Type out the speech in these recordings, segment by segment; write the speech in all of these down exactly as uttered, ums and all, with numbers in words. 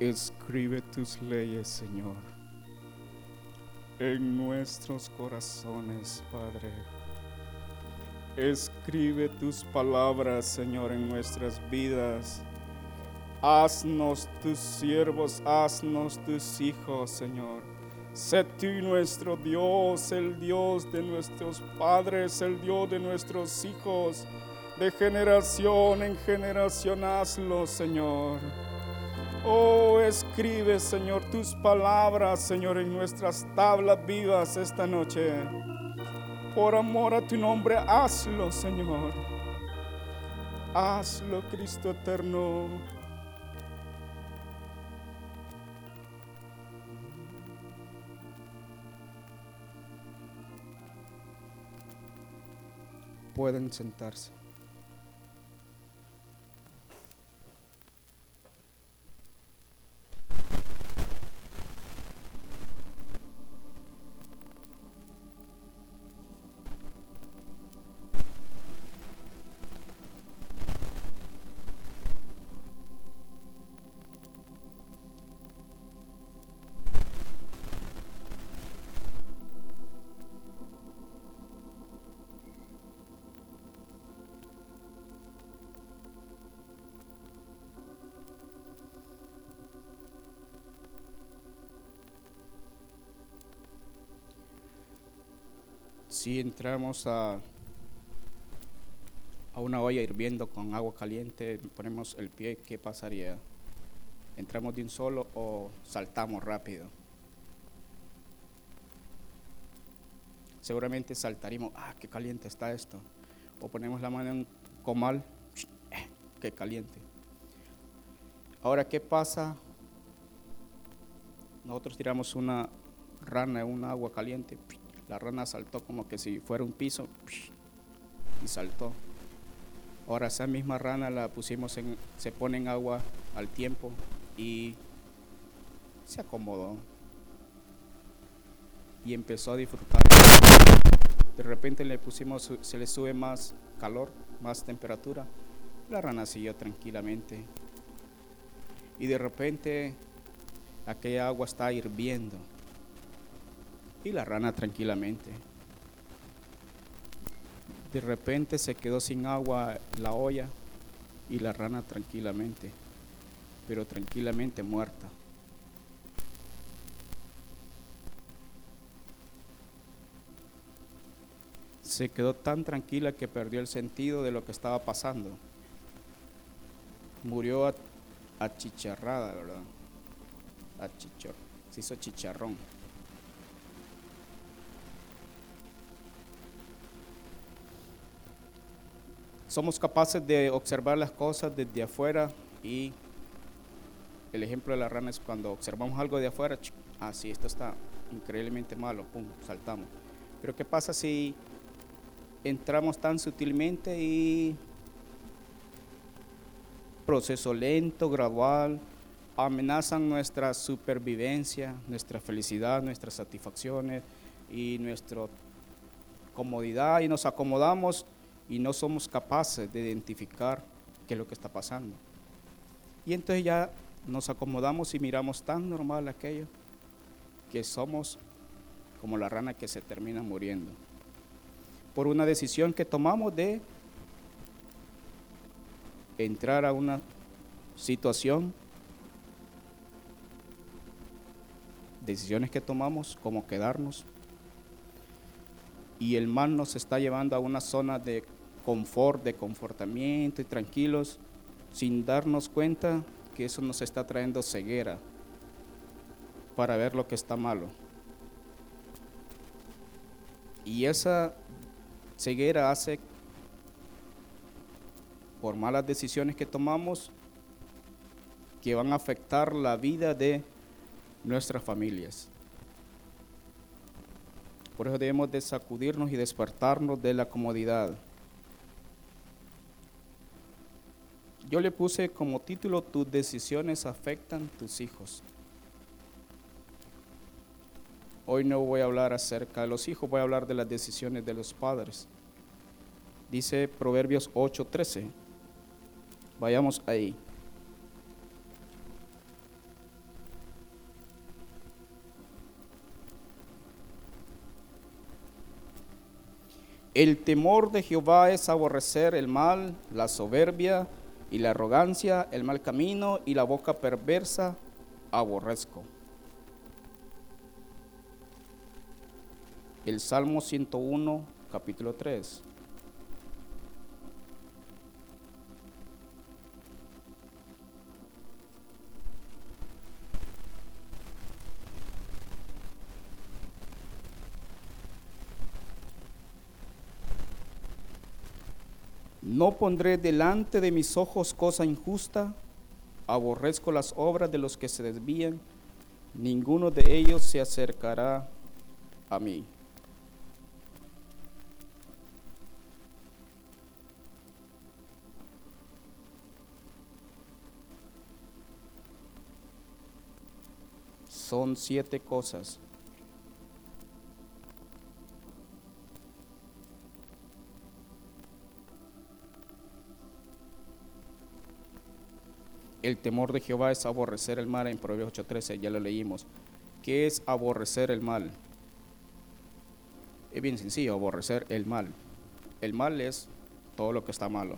Escribe tus leyes, Señor, en nuestros corazones, Padre. Escribe tus palabras, Señor, en nuestras vidas. Haznos tus siervos, haznos tus hijos, Señor. Sé tú nuestro Dios, el Dios de nuestros padres, el Dios de nuestros hijos. De generación en generación hazlo, Señor. Oh, escribe, Señor, tus palabras, Señor, en nuestras tablas vivas esta noche. Por amor a tu nombre, hazlo, Señor. Hazlo, Cristo eterno. Pueden sentarse. Si entramos a, a una olla hirviendo con agua caliente, ponemos el pie, ¿qué pasaría? ¿Entramos de un solo o saltamos rápido? Seguramente saltaríamos, ah, qué caliente está esto. O ponemos la mano en un comal, eh, qué caliente. Ahora, ¿qué pasa? Nosotros tiramos una rana en un agua caliente. La rana saltó como que si fuera un piso y saltó. Ahora esa misma rana la pusimos en, se pone en agua al tiempo y se acomodó y empezó a disfrutar. De repente le pusimos, se le sube más calor, más temperatura. La rana siguió tranquilamente y de repente aquella agua está hirviendo. Y la rana tranquilamente. De repente se quedó sin agua la olla y la rana tranquilamente, pero tranquilamente muerta. Se quedó tan tranquila que perdió el sentido de lo que estaba pasando. Murió achicharrada, ¿verdad? Achichor, se hizo chicharrón. Somos capaces de observar las cosas desde afuera y el ejemplo de la rana es cuando observamos algo de afuera, ah, sí, esto está increíblemente malo, pum, saltamos. Pero ¿qué pasa si entramos tan sutilmente y proceso lento, gradual, amenazan nuestra supervivencia, nuestra felicidad, nuestras satisfacciones y nuestra comodidad y nos acomodamos y no somos capaces de identificar qué es lo que está pasando. Y entonces ya nos acomodamos y miramos tan normal aquello que somos como la rana que se termina muriendo por una decisión que tomamos de entrar a una situación, decisiones que tomamos como quedarnos, y el mal nos está llevando a una zona de confort, de confortamiento y tranquilos, sin darnos cuenta que eso nos está trayendo ceguera para ver lo que está malo. Y esa ceguera hace, por malas decisiones que tomamos, que van a afectar la vida de nuestras familias. Por eso debemos de sacudirnos y despertarnos de la comodidad. Yo le puse como título, tus decisiones afectan tus hijos. Hoy no voy a hablar acerca de los hijos, voy a hablar de las decisiones de los padres. Dice Proverbios ocho trece. Vayamos ahí. El temor de Jehová es aborrecer el mal, la soberbia y la arrogancia, el mal camino y la boca perversa aborrezco. El Salmo ciento uno, capítulo tres. No pondré delante de mis ojos cosa injusta, aborrezco las obras de los que se desvían, ninguno de ellos se acercará a mí. Son siete cosas. El temor de Jehová es aborrecer el mal, en Proverbios ocho trece, ya lo leímos. ¿Qué es aborrecer el mal? Es bien sencillo, aborrecer el mal. El mal es todo lo que está malo.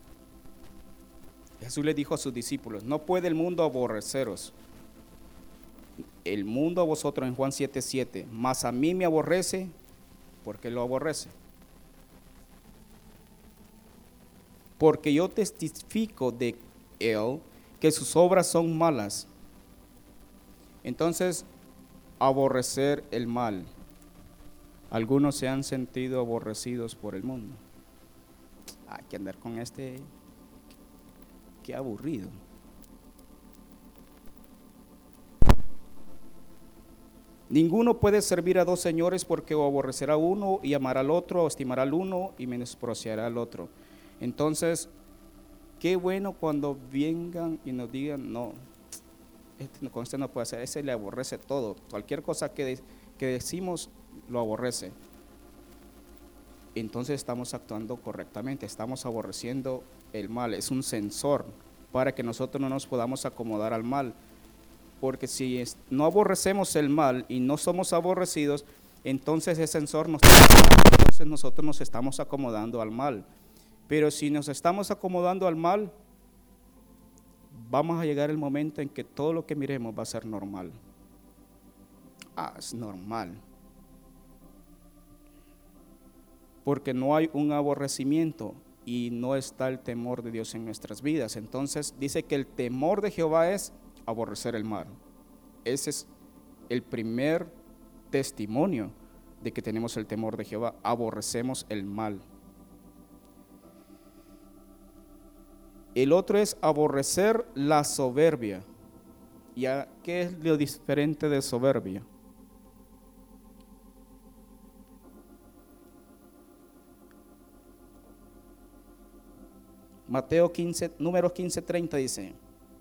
Jesús le dijo a sus discípulos, no puede el mundo aborreceros. El mundo a vosotros en Juan siete siete, mas a mí me aborrece, porque lo aborrece. Porque yo testifico de él que sus obras son malas. Entonces, aborrecer el mal. Algunos se han sentido aborrecidos por el mundo. Hay que andar con este, qué aburrido. Ninguno puede servir a dos señores, porque o aborrecerá a uno y amará al otro, o estimará al uno y menospreciará al otro. Entonces, qué bueno cuando vengan y nos digan, no, este, con este no puede hacer, ese le aborrece todo, cualquier cosa que, de, que decimos lo aborrece. Entonces estamos actuando correctamente, estamos aborreciendo el mal, es un sensor para que nosotros no nos podamos acomodar al mal, porque si es, no aborrecemos el mal y no somos aborrecidos, entonces ese sensor nos está acomodando, entonces nosotros nos estamos acomodando al mal. Pero si nos estamos acomodando al mal, vamos a llegar el momento en que todo lo que miremos va a ser normal. Ah, es normal. Porque no hay un aborrecimiento y no está el temor de Dios en nuestras vidas. Entonces dice que el temor de Jehová es aborrecer el mal. Ese es el primer testimonio de que tenemos el temor de Jehová. Aborrecemos el mal. El otro es aborrecer la soberbia. ¿Ya qué es lo diferente de soberbia? Mateo quince, números quince treinta dice: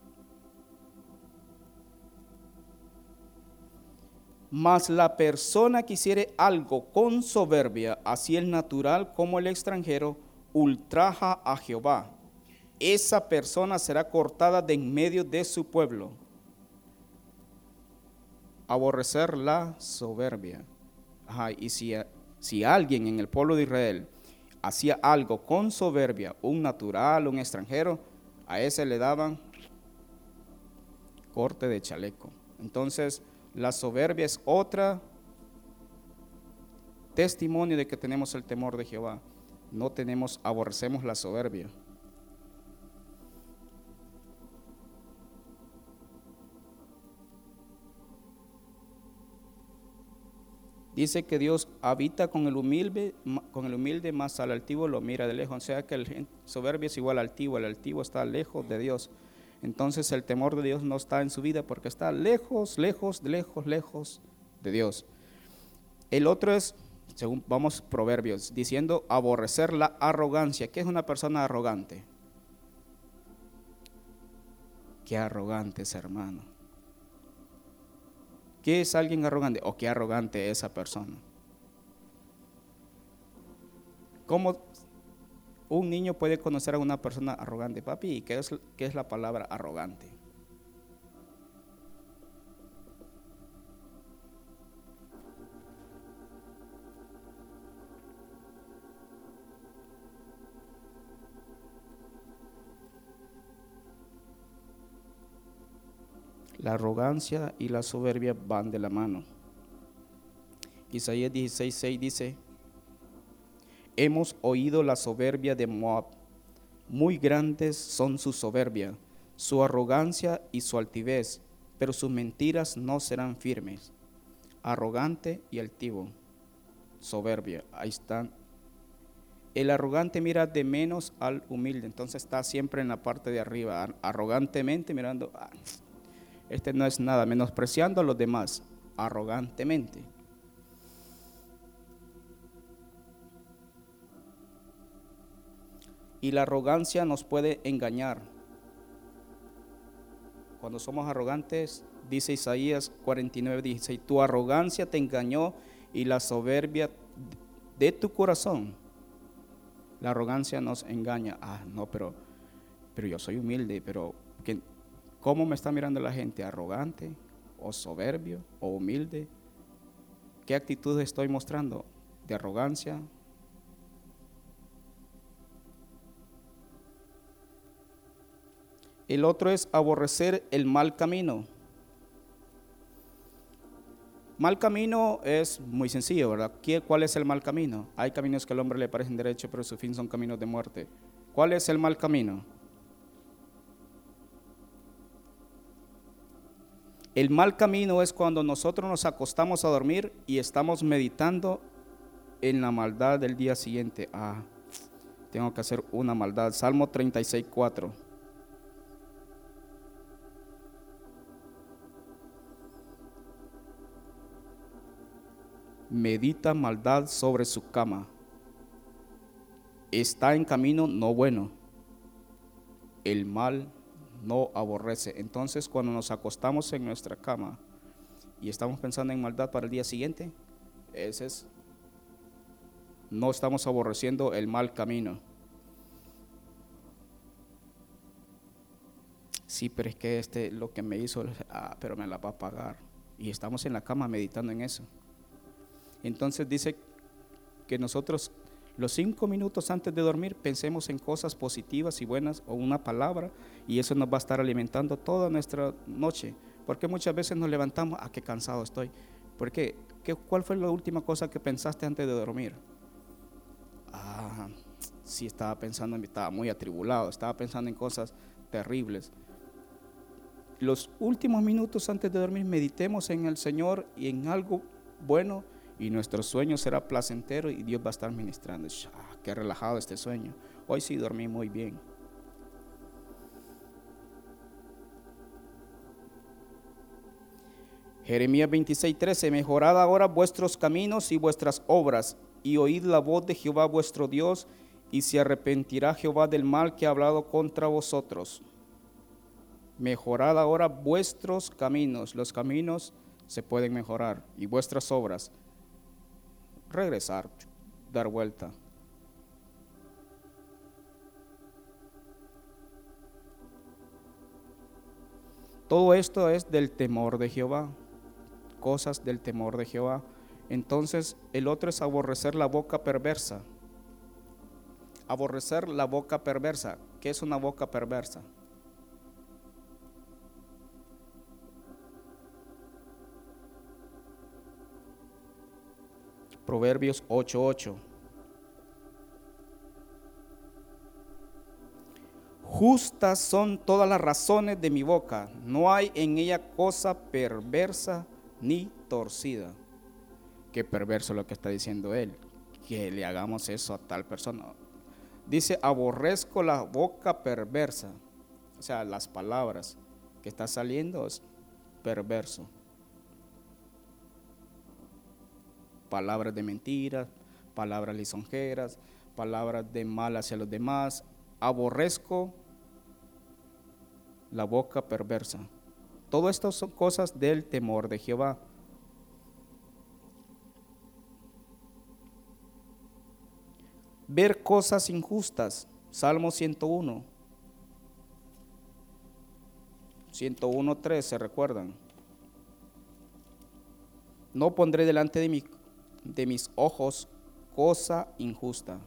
mas la persona que hiciere algo con soberbia, así el natural como el extranjero, ultraja a Jehová. Esa persona será cortada de en medio de su pueblo. Aborrecer la soberbia. Ajá, y si, si alguien en el pueblo de Israel hacía algo con soberbia, un natural, un extranjero, a ese le daban corte de chaleco. Entonces, la soberbia es otra testimonio de que tenemos el temor de Jehová. No tenemos, aborrecemos la soberbia. Dice que Dios habita con el humilde, con el humilde, más al altivo lo mira de lejos. O sea que el soberbio es igual al altivo, el altivo está lejos de Dios. Entonces el temor de Dios no está en su vida porque está lejos, lejos, lejos, lejos de Dios. El otro es, según vamos Proverbios, diciendo aborrecer la arrogancia. ¿Qué es una persona arrogante? Qué arrogante es, hermano. ¿Qué es alguien arrogante? ¿O qué arrogante es esa persona? ¿Cómo un niño puede conocer a una persona arrogante? Papi, ¿qué es, qué es la palabra arrogante? La arrogancia y la soberbia van de la mano. Isaías dieciséis seis dice: hemos oído la soberbia de Moab, muy grandes son su soberbia, su arrogancia y su altivez, pero sus mentiras no serán firmes. Arrogante y altivo, soberbia, ahí están. El arrogante mira de menos al humilde, entonces está siempre en la parte de arriba, arrogantemente mirando, ah, este no es nada, menospreciando a los demás, arrogantemente. Y la arrogancia nos puede engañar. Cuando somos arrogantes, dice Isaías cuarenta y nueve dieciséis, tu arrogancia te engañó y la soberbia de tu corazón. La arrogancia nos engaña. Ah, no, pero, pero yo soy humilde, pero ¿qué, ¿cómo me está mirando la gente? ¿Arrogante o soberbio o humilde? ¿Qué actitud estoy mostrando? ¿De arrogancia? El otro es aborrecer el mal camino. Mal camino es muy sencillo, ¿verdad? ¿Cuál es el mal camino? Hay caminos que al hombre le parecen derechos, pero su fin son caminos de muerte. ¿Cuál es el mal camino? El mal camino es cuando nosotros nos acostamos a dormir y estamos meditando en la maldad del día siguiente. Ah, tengo que hacer una maldad. Salmo treinta y seis cuatro. Medita maldad sobre su cama, está en camino no bueno, el mal no aborrece. Entonces, cuando nos acostamos en nuestra cama y estamos pensando en maldad para el día siguiente, ese es, no estamos aborreciendo el mal camino. Sí, pero es que este lo que me hizo, ah, pero me la va a pagar. Y estamos en la cama meditando en eso. Entonces dice que nosotros los cinco minutos antes de dormir pensemos en cosas positivas y buenas o una palabra, y eso nos va a estar alimentando toda nuestra noche, porque muchas veces nos levantamos, ah, qué cansado estoy. ¿Por qué? ¿Qué, ¿Cuál fue la última cosa que pensaste antes de dormir? Ah, sí, estaba pensando, estaba muy atribulado, estaba pensando en cosas terribles. Los últimos minutos antes de dormir meditemos en el Señor y en algo bueno, y nuestro sueño será placentero y Dios va a estar ministrando. Ah, qué relajado este sueño. Hoy sí dormí muy bien. Jeremías veintiséis trece, mejorad ahora vuestros caminos y vuestras obras, y oíd la voz de Jehová vuestro Dios, y se arrepentirá Jehová del mal que ha hablado contra vosotros. Mejorad ahora vuestros caminos. Los caminos se pueden mejorar, y vuestras obras. Regresar, dar vuelta. Todo esto es del temor de Jehová, cosas del temor de Jehová. Entonces el otro es aborrecer la boca perversa. Aborrecer la boca perversa. ¿Qué es una boca perversa? Proverbios ocho ocho. Justas son todas las razones de mi boca, no hay en ella cosa perversa ni torcida. Qué perverso lo que está diciendo él, que le hagamos eso a tal persona. Dice, aborrezco la boca perversa, o sea, las palabras que está saliendo es perverso. Palabras de mentiras, palabras lisonjeras, palabras de mal hacia los demás. Aborrezco la boca perversa. Todo esto son cosas del temor de Jehová. Ver cosas injustas. Salmo ciento uno. ciento uno tres, ¿se recuerdan? No pondré delante de mi de mis ojos cosa injusta.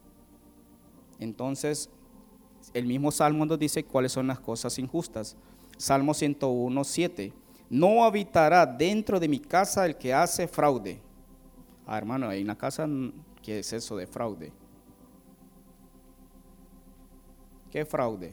Entonces el mismo Salmo nos dice cuáles son las cosas injustas. Salmo ciento uno, siete. No habitará dentro de mi casa el que hace fraude. Ah, hermano, hay una casa, ¿qué es eso de fraude? ¿Qué fraude?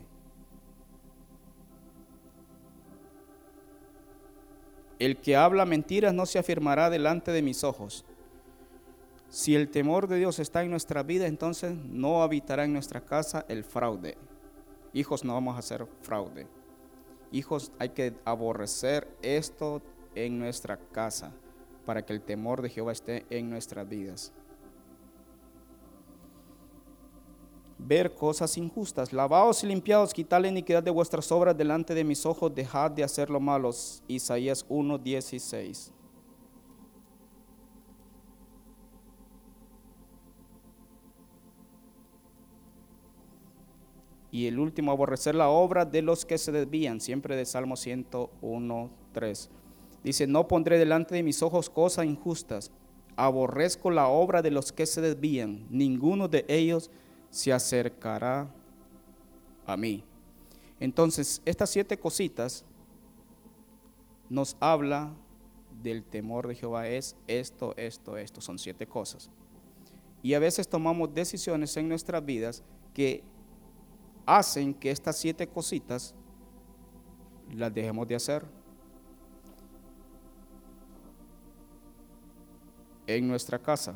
El que habla mentiras no se afirmará delante de mis ojos. Si el temor de Dios está en nuestra vida, entonces no habitará en nuestra casa el fraude. Hijos, no vamos a hacer fraude. Hijos, hay que aborrecer esto en nuestra casa para que el temor de Jehová esté en nuestras vidas. Ver cosas injustas. Lavaos y limpiaos, quitad la iniquidad de vuestras obras delante de mis ojos, dejad de hacer lo malo. Isaías uno, dieciséis. Y el último, aborrecer la obra de los que se desvían, siempre de Salmo ciento uno, tres. Dice, no pondré delante de mis ojos cosas injustas, aborrezco la obra de los que se desvían, ninguno de ellos se acercará a mí. Entonces, estas siete cositas nos habla del temor de Jehová, es esto, esto, esto, son siete cosas. Y a veces tomamos decisiones en nuestras vidas que hacen que estas siete cositas las dejemos de hacer en nuestra casa.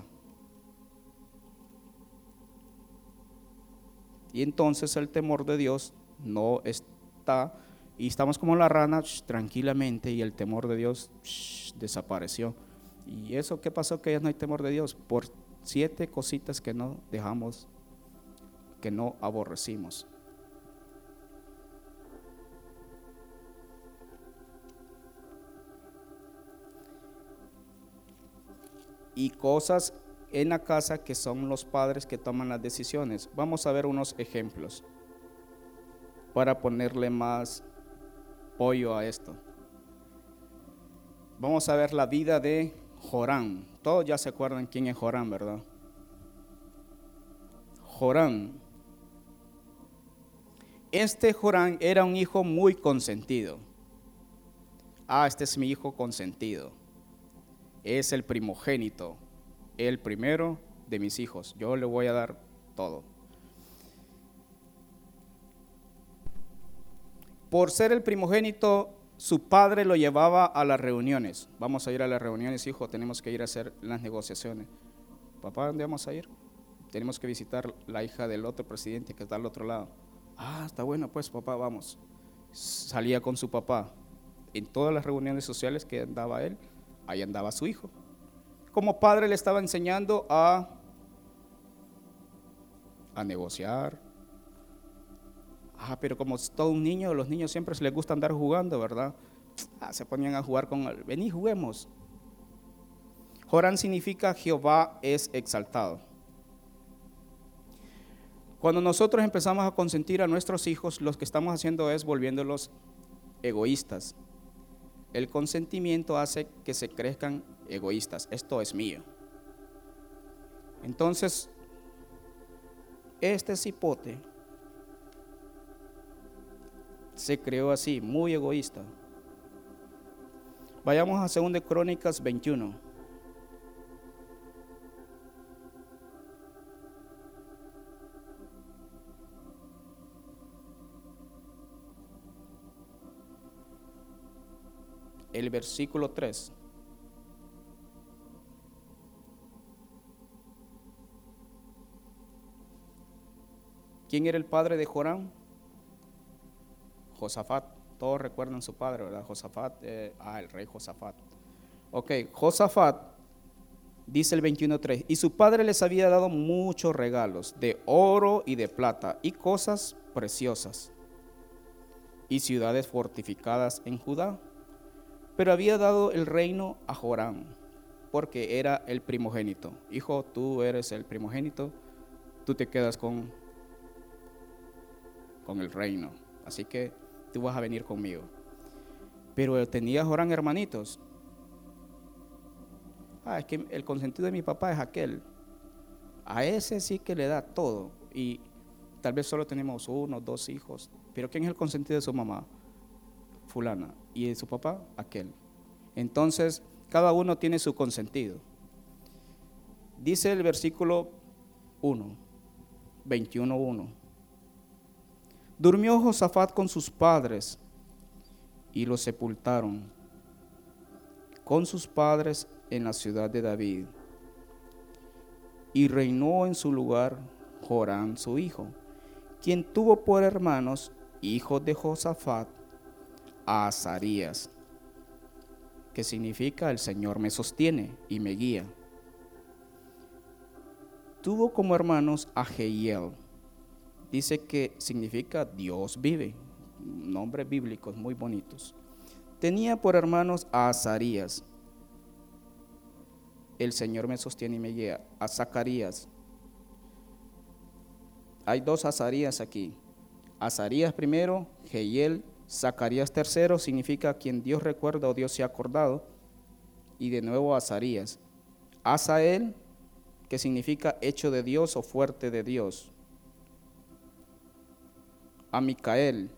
Y entonces el temor de Dios no está, y estamos como la rana shh, tranquilamente, y el temor de Dios shh, desapareció. ¿Y eso qué pasó? Que ya no hay temor de Dios por siete cositas que no dejamos, que no aborrecimos. Y cosas en la casa que son los padres que toman las decisiones. Vamos a ver unos ejemplos para ponerle más pollo a esto. Vamos a ver la vida de Jorán. Todos ya se acuerdan quién es Jorán, ¿verdad? Jorán. Este Jorán era un hijo muy consentido. Ah, este es mi hijo consentido. Es el primogénito, el primero de mis hijos. Yo le voy a dar todo. Por ser el primogénito, su padre lo llevaba a las reuniones. Vamos a ir a las reuniones, hijo, tenemos que ir a hacer las negociaciones. Papá, ¿dónde vamos a ir? Tenemos que visitar la hija del otro presidente que está al otro lado. Ah, está bueno, pues papá, vamos. Salía con su papá. En todas las reuniones sociales que andaba él, ahí andaba su hijo. Como padre le estaba enseñando a, a negociar. Ah, pero como es todo un niño, los niños siempre les gusta andar jugando, ¿verdad? Ah, se ponían a jugar con él. Vení, juguemos. Jorán significa Jehová es exaltado. Cuando nosotros empezamos a consentir a nuestros hijos, lo que estamos haciendo es volviéndolos egoístas. El consentimiento hace que se crezcan egoístas. Esto es mío. Entonces, este cipote se creó así, muy egoísta. Vayamos a Segunda de Crónicas veintiuno. El versículo tres. ¿Quién era el padre de Jorán? Josafat. Todos recuerdan su padre, ¿verdad? Josafat, eh, ah, el rey Josafat. Ok, Josafat, dice el veintiuno tres, y su padre les había dado muchos regalos de oro y de plata y cosas preciosas y ciudades fortificadas en Judá. Pero había dado el reino a Jorán, porque era el primogénito. Hijo, tú eres el primogénito, tú te quedas con, con el reino. Así que tú vas a venir conmigo. Pero tenía Jorán hermanitos. Ah, es que el consentido de mi papá es aquel. A ese sí que le da todo. Y tal vez solo tenemos uno, dos hijos. Pero ¿quién es el consentido de su mamá? fulana, y su papá aquel. Entonces, cada uno tiene su consentido. Dice el versículo uno, veintiuno uno. Durmió Josafat con sus padres y los sepultaron con sus padres en la ciudad de David. Y reinó en su lugar Joram su hijo, quien tuvo por hermanos, hijos de Josafat, a Azarías, que significa el Señor me sostiene y me guía. Tuvo como hermanos a Jehiel, dice que significa Dios vive, nombres bíblicos muy bonitos. Tenía por hermanos a Azarías, el Señor me sostiene y me guía, a Zacarías. Hay dos Azarías aquí, Azarías primero, Jehiel, Zacarías tercero, significa quien Dios recuerda o Dios se ha acordado, y de nuevo Azarías. Asael, que significa hecho de Dios o fuerte de Dios. A Micael,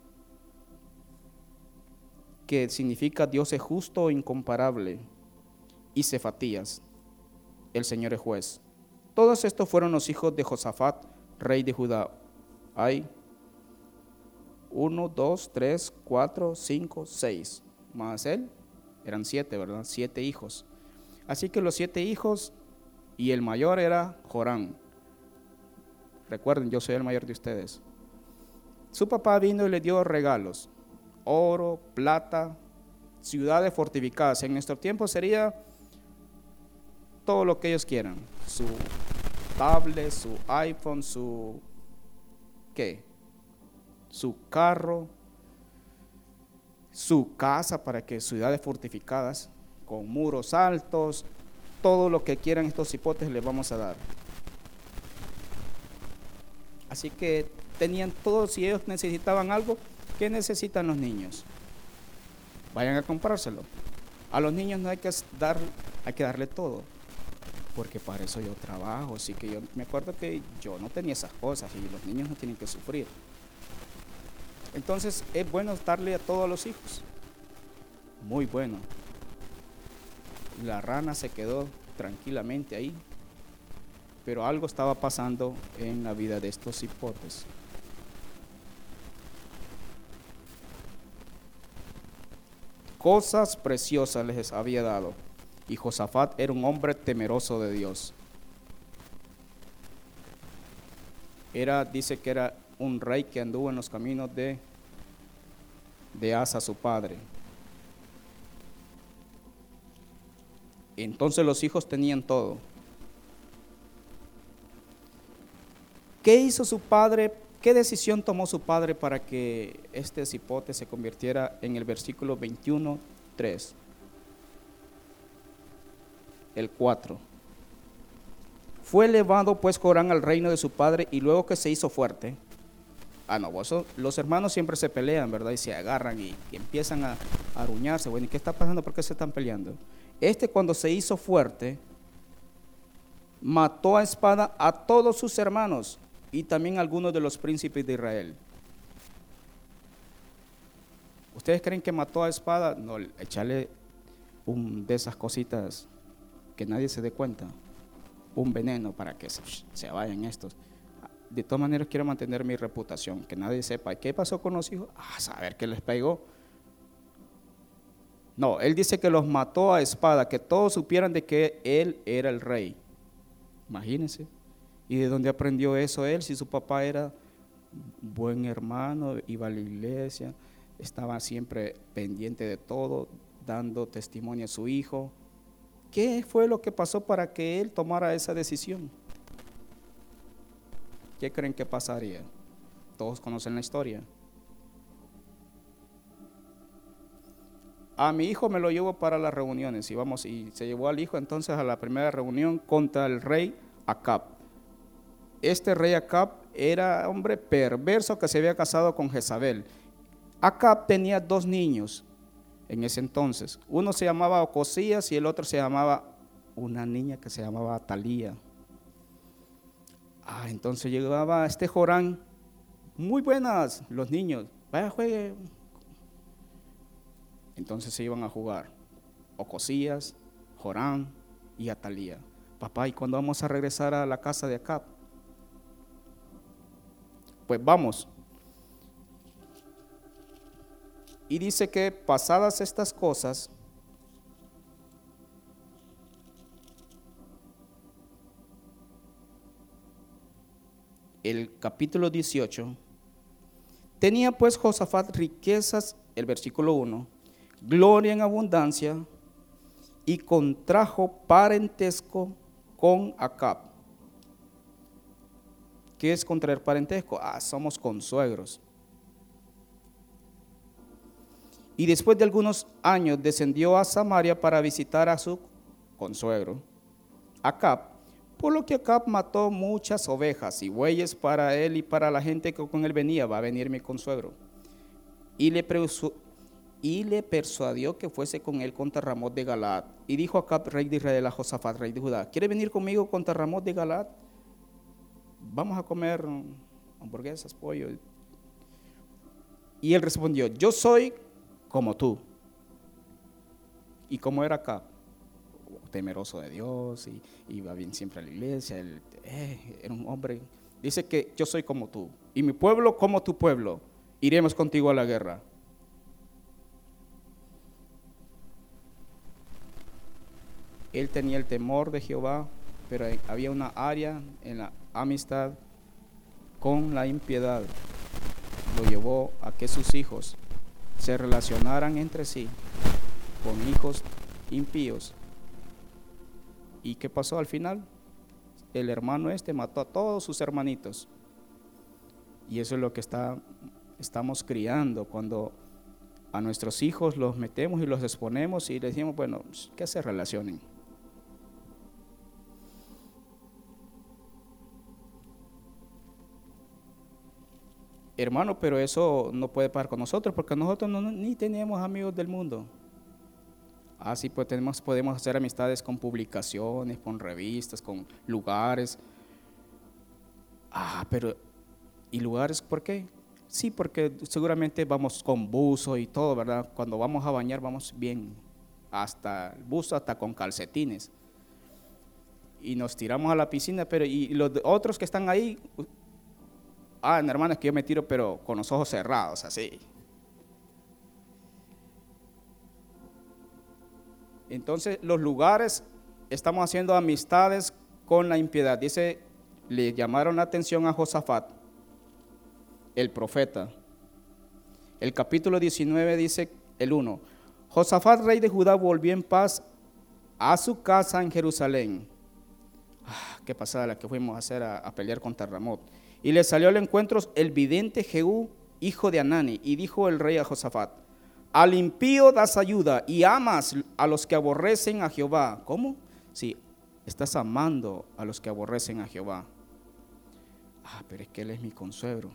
que significa Dios es justo o incomparable, y Cefatías, el Señor es juez. Todos estos fueron los hijos de Josafat, rey de Judá. Hay uno, dos, tres, cuatro, cinco, seis. Más él, eran siete, ¿verdad? Siete hijos. Así que los siete hijos, y el mayor era Joram. Recuerden, yo soy el mayor de ustedes. Su papá vino y le dio regalos, oro, plata, ciudades fortificadas. En nuestro tiempo sería todo lo que ellos quieran, su tablet, su iPhone, su ¿qué? Su carro, su casa, para que ciudades fortificadas con muros altos, todo lo que quieran estos hipotes les vamos a dar. Así que tenían todo. Si ellos necesitaban algo, ¿qué necesitan los niños? Vayan a comprárselo. A los niños no hay que dar, hay que darle todo, porque para eso yo trabajo. Así que yo me acuerdo que yo no tenía esas cosas y los niños no tienen que sufrir. Entonces es bueno darle a todos los hijos. Muy bueno. La rana se quedó tranquilamente ahí, pero algo estaba pasando en la vida de estos hipotes. Cosas preciosas les había dado, y Josafat era un hombre temeroso de Dios. Era, dice que era un rey que anduvo en los caminos de, de Asa, su padre. Entonces los hijos tenían todo. ¿Qué hizo su padre? ¿Qué decisión tomó su padre para que este cipote se convirtiera en el versículo veintiuno, tres? El cuatro. Fue elevado pues Joram al reino de su padre, y luego que se hizo fuerte. Ah, no, vos, los hermanos siempre se pelean, ¿verdad? Y se agarran y, y empiezan a, a aruñarse. Bueno, ¿y qué está pasando? ¿Por qué se están peleando? Este, cuando se hizo fuerte, mató a espada a todos sus hermanos y también a algunos de los príncipes de Israel. ¿Ustedes creen que mató a espada? No, echarle un de esas cositas que nadie se dé cuenta, un veneno para que se, se vayan estos. De todas maneras quiero mantener mi reputación, que nadie sepa qué pasó con los hijos, a saber qué les pegó. No, él dice que los mató a espada, que todos supieran de que él era el rey. Imagínense. ¿Y de dónde aprendió eso él? Si su papá era buen hermano, iba a la iglesia, estaba siempre pendiente de todo, dando testimonio a su hijo. ¿Qué fue lo que pasó para que él tomara esa decisión? ¿Qué creen que pasaría? Todos conocen la historia. A mi hijo me lo llevo para las reuniones, y vamos, y se llevó al hijo entonces a la primera reunión contra el rey Acab. Este rey Acab era hombre perverso que se había casado con Jezabel. Acab tenía dos niños en ese entonces. Uno se llamaba Ocosías y el otro se llamaba una niña que se llamaba Atalía. Ah, entonces llegaba este Joram, muy buenas los niños, vaya juegue. Entonces se iban a jugar Ocosías, Joram y Atalía. Papá, ¿y cuándo vamos a regresar a la casa de Acab? Pues vamos. Y dice que pasadas estas cosas, el capítulo dieciocho, tenía pues Josafat riquezas, el versículo uno, gloria en abundancia, y contrajo parentesco con Acab. ¿Qué es contraer parentesco? Ah, somos consuegros. Y después de algunos años descendió a Samaria para visitar a su consuegro, Acab, por lo que Acab mató muchas ovejas y bueyes para él y para la gente que con él venía. Va a venir mi consuegro. Y le, y le persuadió que fuese con él contra Ramot de Galaad. Y dijo Acab, rey de Israel, a Josafat, rey de Judá: ¿quiere venir conmigo contra Ramot de Galaad? Vamos a comer hamburguesas, pollo. Y él respondió: yo soy como tú. ¿Y cómo era Acab? Temeroso de Dios, y iba bien siempre a la iglesia. Él, eh, era un hombre. Dice que yo soy como tú, y mi pueblo como tu pueblo. Iremos contigo a la guerra. Él tenía el temor de Jehová, pero había una área en la amistad con la impiedad. Lo llevó a que sus hijos se relacionaran entre sí con hijos impíos. ¿Y qué pasó al final? El hermano este mató a todos sus hermanitos. Y eso es lo que está, estamos criando cuando a nuestros hijos los metemos y los exponemos y les decimos, bueno, que se relacionen. Hermano, pero eso no puede pasar con nosotros, porque nosotros no, ni tenemos amigos del mundo. Así pues tenemos, podemos hacer amistades con publicaciones, con revistas, con lugares. Ah, pero ¿y lugares por qué? Sí, porque seguramente vamos con buzo y todo, ¿verdad? Cuando vamos a bañar vamos bien, hasta el buzo, hasta con calcetines. Y nos tiramos a la piscina, pero y los otros que están ahí, ah, hermano, es que yo me tiro, pero con los ojos cerrados, así. Entonces, los lugares, estamos haciendo amistades con la impiedad. Dice, le llamaron la atención a Josafat, el profeta. El capítulo diecinueve dice, el uno, Josafat, rey de Judá, volvió en paz a su casa en Jerusalén. Ah, qué pasada la que fuimos a hacer a, a pelear contra Ramot. Y le salió al encuentro el vidente Jehú, hijo de Anani, y dijo el rey a Josafat, al impío das ayuda y amas a los que aborrecen a Jehová. ¿Cómo? Sí, estás amando a los que aborrecen a Jehová. Ah, pero es que él es mi consuegro.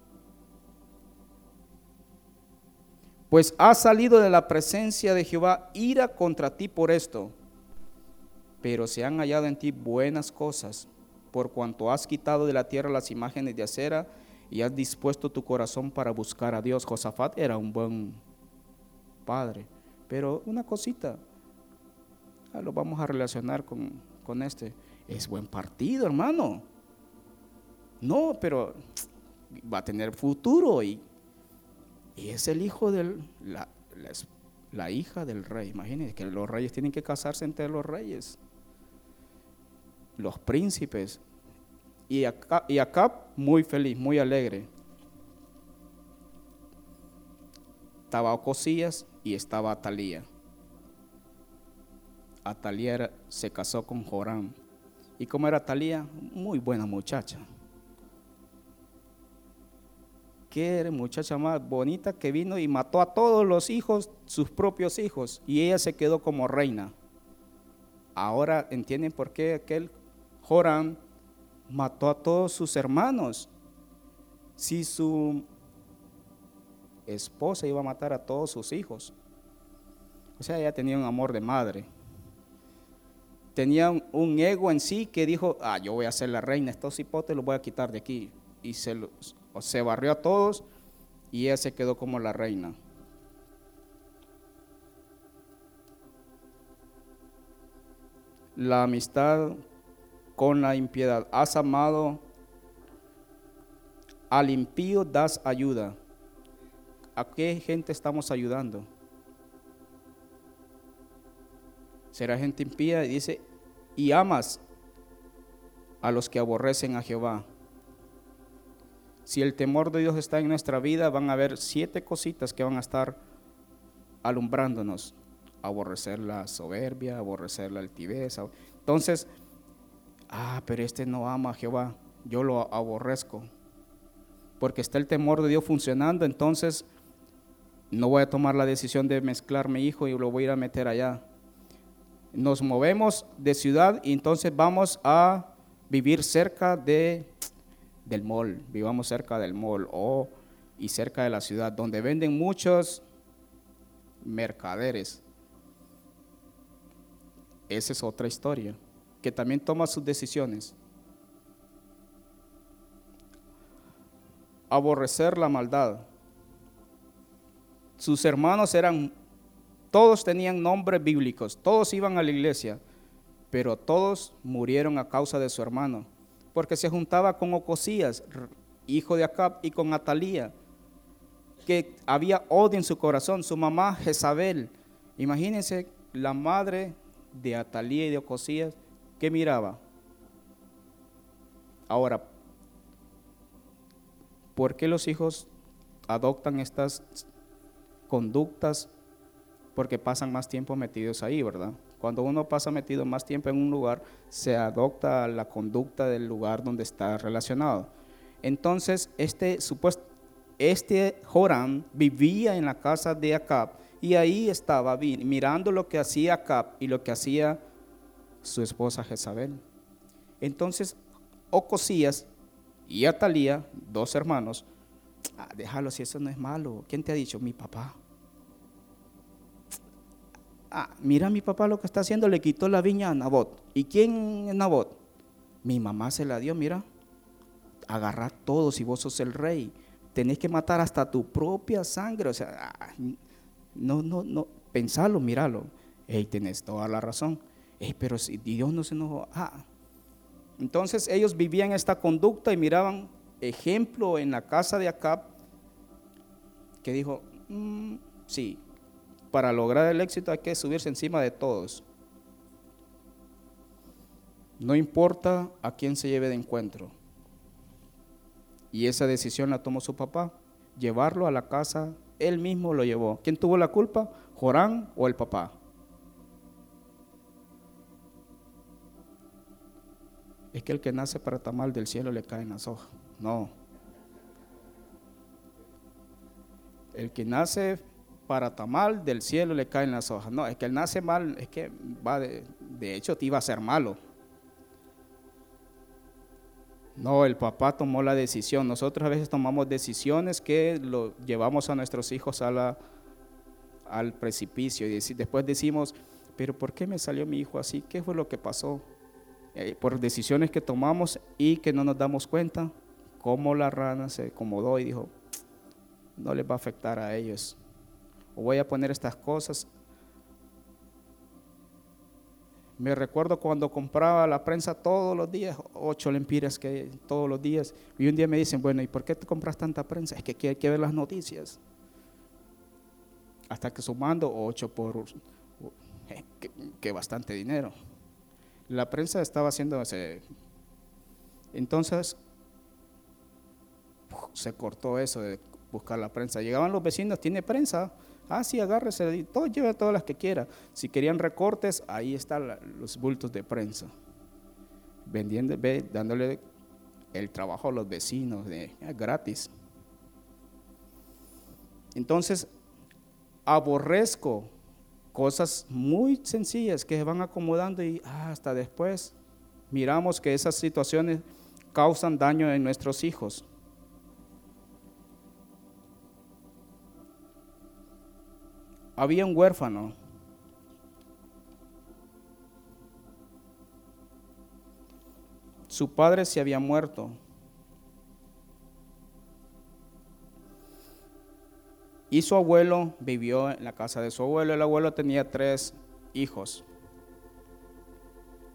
Pues ha salido de la presencia de Jehová ira contra ti por esto, pero se han hallado en ti buenas cosas, por cuanto has quitado de la tierra las imágenes de acera y has dispuesto tu corazón para buscar a Dios. Josafat era un buen padre, pero una cosita, ah, lo vamos a relacionar con, con este, es buen partido, hermano. No, pero va a tener futuro y, y es el hijo de la, la, la hija del rey. Imagínense que los reyes tienen que casarse entre los reyes, los príncipes. Y Acab, y Acab muy feliz, muy alegre. Estaba Ocosías y estaba Atalía. Atalía era, se casó con Joram. ¿Y cómo era Atalía? Muy buena muchacha. Qué muchacha más bonita, que vino y mató a todos los hijos, sus propios hijos, y ella se quedó como reina. Ahora entienden por qué aquel Joram mató a todos sus hermanos. Si su esposa iba a matar a todos sus hijos, o sea, ella tenía un amor de madre, tenía un, un ego en sí que dijo, ah, yo voy a ser la reina, estos hipotes los voy a quitar de aquí, y se, los, se barrió a todos y ella se quedó como la reina. la amistad con la impiedad. Has amado al impío, das ayuda. ¿A qué gente estamos ayudando? Será gente impía, y dice, y amas a los que aborrecen a Jehová. Si el temor de Dios está en nuestra vida, van a haber siete cositas que van a estar alumbrándonos. Aborrecer la soberbia, aborrecer la altivez. Entonces, ah, pero este no ama a Jehová, yo lo aborrezco. Porque está el temor de Dios funcionando, entonces no voy a tomar la decisión de mezclar mi hijo y lo voy a ir a meter allá. Nos movemos de ciudad y entonces vamos a vivir cerca de, del mall, vivamos cerca del mall o y cerca de la ciudad, donde venden muchos mercaderes. Esa es otra historia, que también toma sus decisiones. Aborrecer la maldad. Sus hermanos eran, todos tenían nombres bíblicos, todos iban a la iglesia, pero todos murieron a causa de su hermano, porque se juntaba con Ocosías, hijo de Acab, y con Atalía, que había odio en su corazón. Su mamá Jezabel, imagínense la madre de Atalía y de Ocosías, ¿qué miraba? Ahora, ¿por qué los hijos adoptan estas conductas? Porque pasan más tiempo metidos ahí, ¿verdad? Cuando uno pasa metido más tiempo en un lugar, se adopta la conducta del lugar donde está relacionado. Entonces, este supuesto, este Joram vivía en la casa de Acab y ahí estaba mirando lo que hacía Acab y lo que hacía su esposa Jezabel. Entonces, Ocosías y Atalía, dos hermanos, ah, déjalo, si eso no es malo. ¿Quién te ha dicho? Mi papá. Ah, mira mi papá lo que está haciendo, le quitó la viña a Nabot. ¿Y quién es Nabot? Mi mamá se la dio, mira. Agarrad todo si vos sos el rey. Tenés que matar hasta tu propia sangre. O sea, ah, no, no, no, pensalo, míralo. Ey, tenés toda la razón. Ey, pero si Dios no se enojó. Ah. Entonces ellos vivían esta conducta y miraban ejemplo en la casa de Acab, que dijo, mmm, sí, para lograr el éxito hay que subirse encima de todos. No importa a quién se lleve de encuentro. Y esa decisión la tomó su papá, llevarlo a la casa, él mismo lo llevó. ¿Quién tuvo la culpa? ¿Joram o el papá? Es que el que nace para tamal del cielo le caen las hojas. No. El que nace para tamal del cielo le caen las hojas. No, es que él nace mal, es que va de, de hecho te iba a ser malo. No, el papá tomó la decisión. Nosotros a veces tomamos decisiones que lo llevamos a nuestros hijos a la, al precipicio y después decimos, pero ¿por qué me salió mi hijo así? ¿Qué fue lo que pasó? Eh, por decisiones que tomamos y que no nos damos cuenta, cómo la rana se acomodó y dijo, no les va a afectar a ellos. O voy a poner estas cosas. Me recuerdo cuando compraba la prensa todos los días, ocho lempiras que todos los días, y un día me dicen, bueno, ¿y por qué te compras tanta prensa? Es que hay que ver las noticias. Hasta que sumando ocho por, eh, que, que bastante dinero. La prensa estaba haciendo ese, entonces se cortó eso de buscar la prensa. Llegaban los vecinos, ¿tiene prensa? Ah, sí, agárrese, todo, lleve todas las que quiera. Si querían recortes, ahí están los bultos de prensa. Vendiendo, dándole el trabajo a los vecinos de, eh, gratis. Entonces, aborrezco cosas muy sencillas que se van acomodando y ah, hasta después miramos que esas situaciones causan daño en nuestros hijos. Había un huérfano. Su padre se había muerto. Y su abuelo vivió en la casa de su abuelo. El abuelo tenía tres hijos.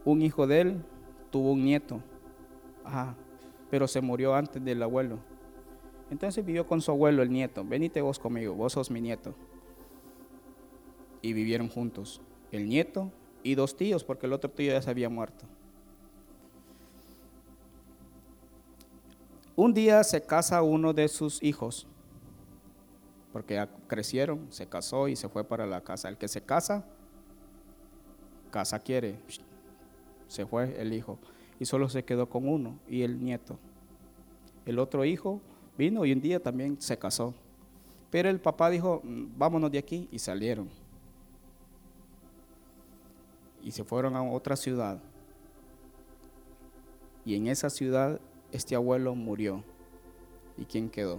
un hijo de él tuvo un nieto, ajá, pero se murió antes del abuelo. Entonces vivió con su abuelo el nieto. Venite vos conmigo, vos sos mi nieto. Y vivieron juntos, el nieto y dos tíos, porque el otro tío ya se había muerto. Un día se casa uno de sus hijos, porque ya crecieron, se casó y se fue para la casa. El que se casa, casa quiere. Se fue el hijo y solo se quedó con uno y el nieto. El otro hijo vino y un día también se casó. Pero el papá dijo, vámonos de aquí, y salieron. Y se fueron a otra ciudad. Y en esa ciudad este abuelo murió. ¿Y quién quedó?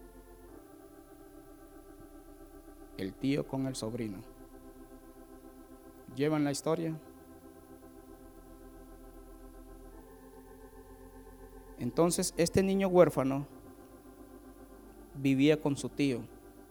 El tío con el sobrino. ¿Llevan la historia? Entonces este niño huérfano vivía con su tío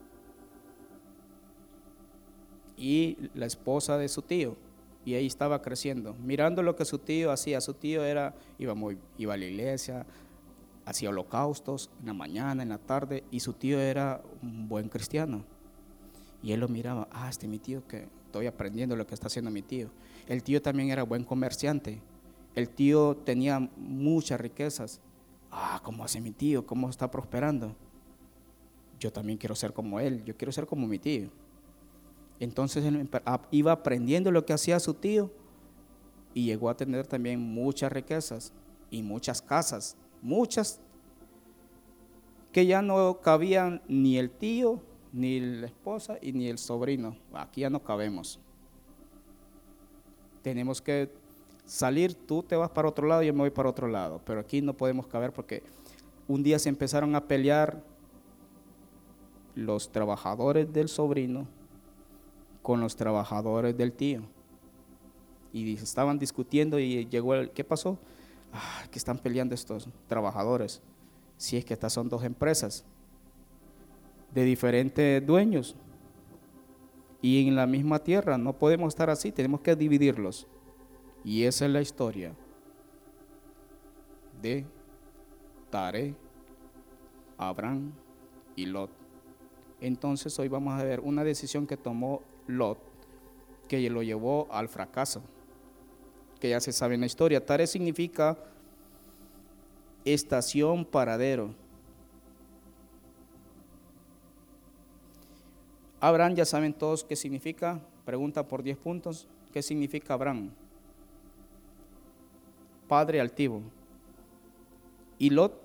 y la esposa de su tío, y ahí estaba creciendo, mirando lo que su tío hacía. Su tío era, iba, muy, iba a la iglesia, hacía holocaustos en la mañana, en la tarde, y su tío era un buen cristiano. Y él lo miraba, ah, este es mi tío, que estoy aprendiendo lo que está haciendo mi tío. El tío también era buen comerciante. El tío tenía muchas riquezas. Ah, ¿cómo hace mi tío? ¿Cómo está prosperando? Yo también quiero ser como él, yo quiero ser como mi tío. Entonces él iba aprendiendo lo que hacía su tío y llegó a tener también muchas riquezas y muchas casas, muchas que ya no cabían ni el tío, ni la esposa y ni el sobrino. Aquí ya no cabemos. Tenemos que salir, tú te vas para otro lado y yo me voy para otro lado, pero aquí no podemos caber porque un día se empezaron a pelear los trabajadores del sobrino con los trabajadores del tío y estaban discutiendo y llegó el, ¿qué pasó? Ah, que están peleando estos trabajadores. Si es que estas son dos empresas de diferentes dueños y en la misma tierra, no podemos estar así, tenemos que dividirlos. Y esa es la historia de Taré, Abraham y Lot. Entonces hoy vamos a ver una decisión que tomó Lot, que lo llevó al fracaso, que ya se sabe en la historia. Taré significa estación, paradero. Abraham, ya saben todos qué significa. Pregunta por diez puntos. ¿Qué significa Abraham? Padre altivo. ¿Y Lot?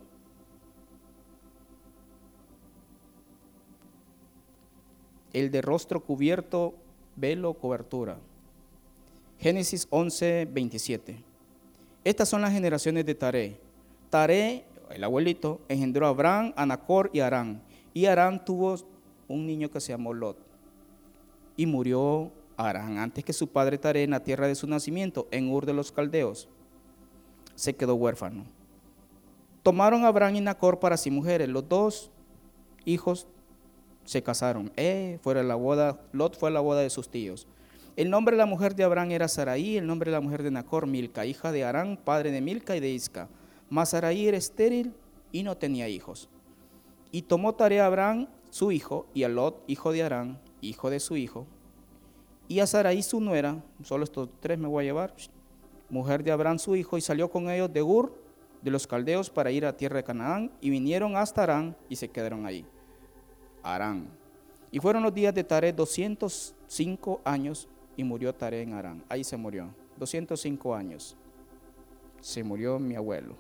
El de rostro cubierto, velo, cobertura. Génesis once, veintisiete. Estas son las generaciones de Taré. Taré, el abuelito, engendró a Abraham, a Nacor y a Harán. Y Harán tuvo un niño que se llamó Lot. Y murió Harán antes que su padre Taré en la tierra de su nacimiento, en Ur de los Caldeos. Se quedó huérfano. Tomaron a Abraham y Nacor para sí mujeres. Los dos hijos se casaron. Eh, fue la boda, Lot fue a la boda de sus tíos. El nombre de la mujer de Abraham era Sarai, el nombre de la mujer de Nacor, Milca, hija de Harán, padre de Milca y de Isca. Mas Sarai era estéril y no tenía hijos. Y tomó Taré a Abraham, su hijo, y a Lot, hijo de Harán, hijo de su hijo, y a Sarai, su nuera, solo estos tres me voy a llevar, mujer de Abraham, su hijo, y salió con ellos de Ur, de los Caldeos, para ir a tierra de Canaán, y vinieron hasta Harán, y se quedaron ahí. Harán. Y fueron los días de Taré doscientos cinco años, y murió Taré en Harán. Ahí se murió, doscientos cinco años. Se murió mi abuelo.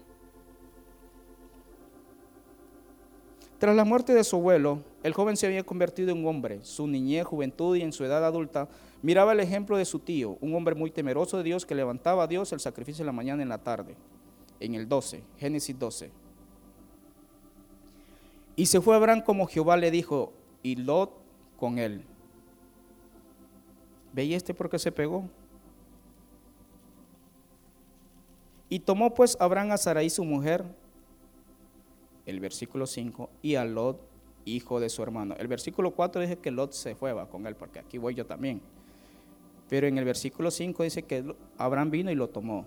Tras la muerte de su abuelo, el joven se había convertido en un hombre. Su niñez, juventud y en su edad adulta, miraba el ejemplo de su tío, un hombre muy temeroso de Dios que levantaba a Dios el sacrificio en la mañana y en la tarde. En el doce, Génesis doce. Y se fue Abraham como Jehová le dijo, y Lot con él. ¿Veis este por qué se pegó? Y tomó pues Abraham a Sarai su mujer, el versículo cinco, y a Lot, hijo de su hermano. El versículo cuatro dice que Lot se fue va con él, porque aquí voy yo también. Pero en el versículo cinco dice que Abraham vino y lo tomó.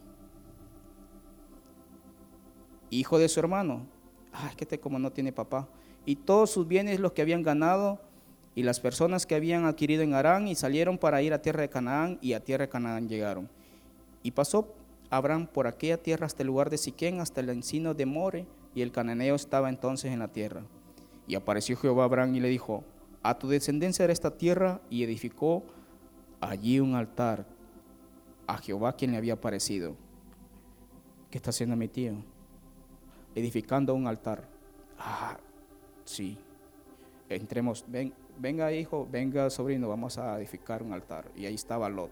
Hijo de su hermano. Ah, es que este como no tiene papá. Y todos sus bienes, los que habían ganado, y las personas que habían adquirido en Harán, y salieron para ir a tierra de Canaán, y a tierra de Canaán llegaron. Y pasó Abraham por aquella tierra hasta el lugar de Siquén, hasta el encino de More, y el cananeo estaba entonces en la tierra. Y apareció Jehová a Abraham y le dijo: a tu descendencia de esta tierra, y edificó allí un altar a Jehová quien le había aparecido. ¿Qué está haciendo mi tío? Edificando un altar. Ah, sí. Entremos, ven, venga hijo, venga sobrino, vamos a edificar un altar. Y ahí estaba Lot.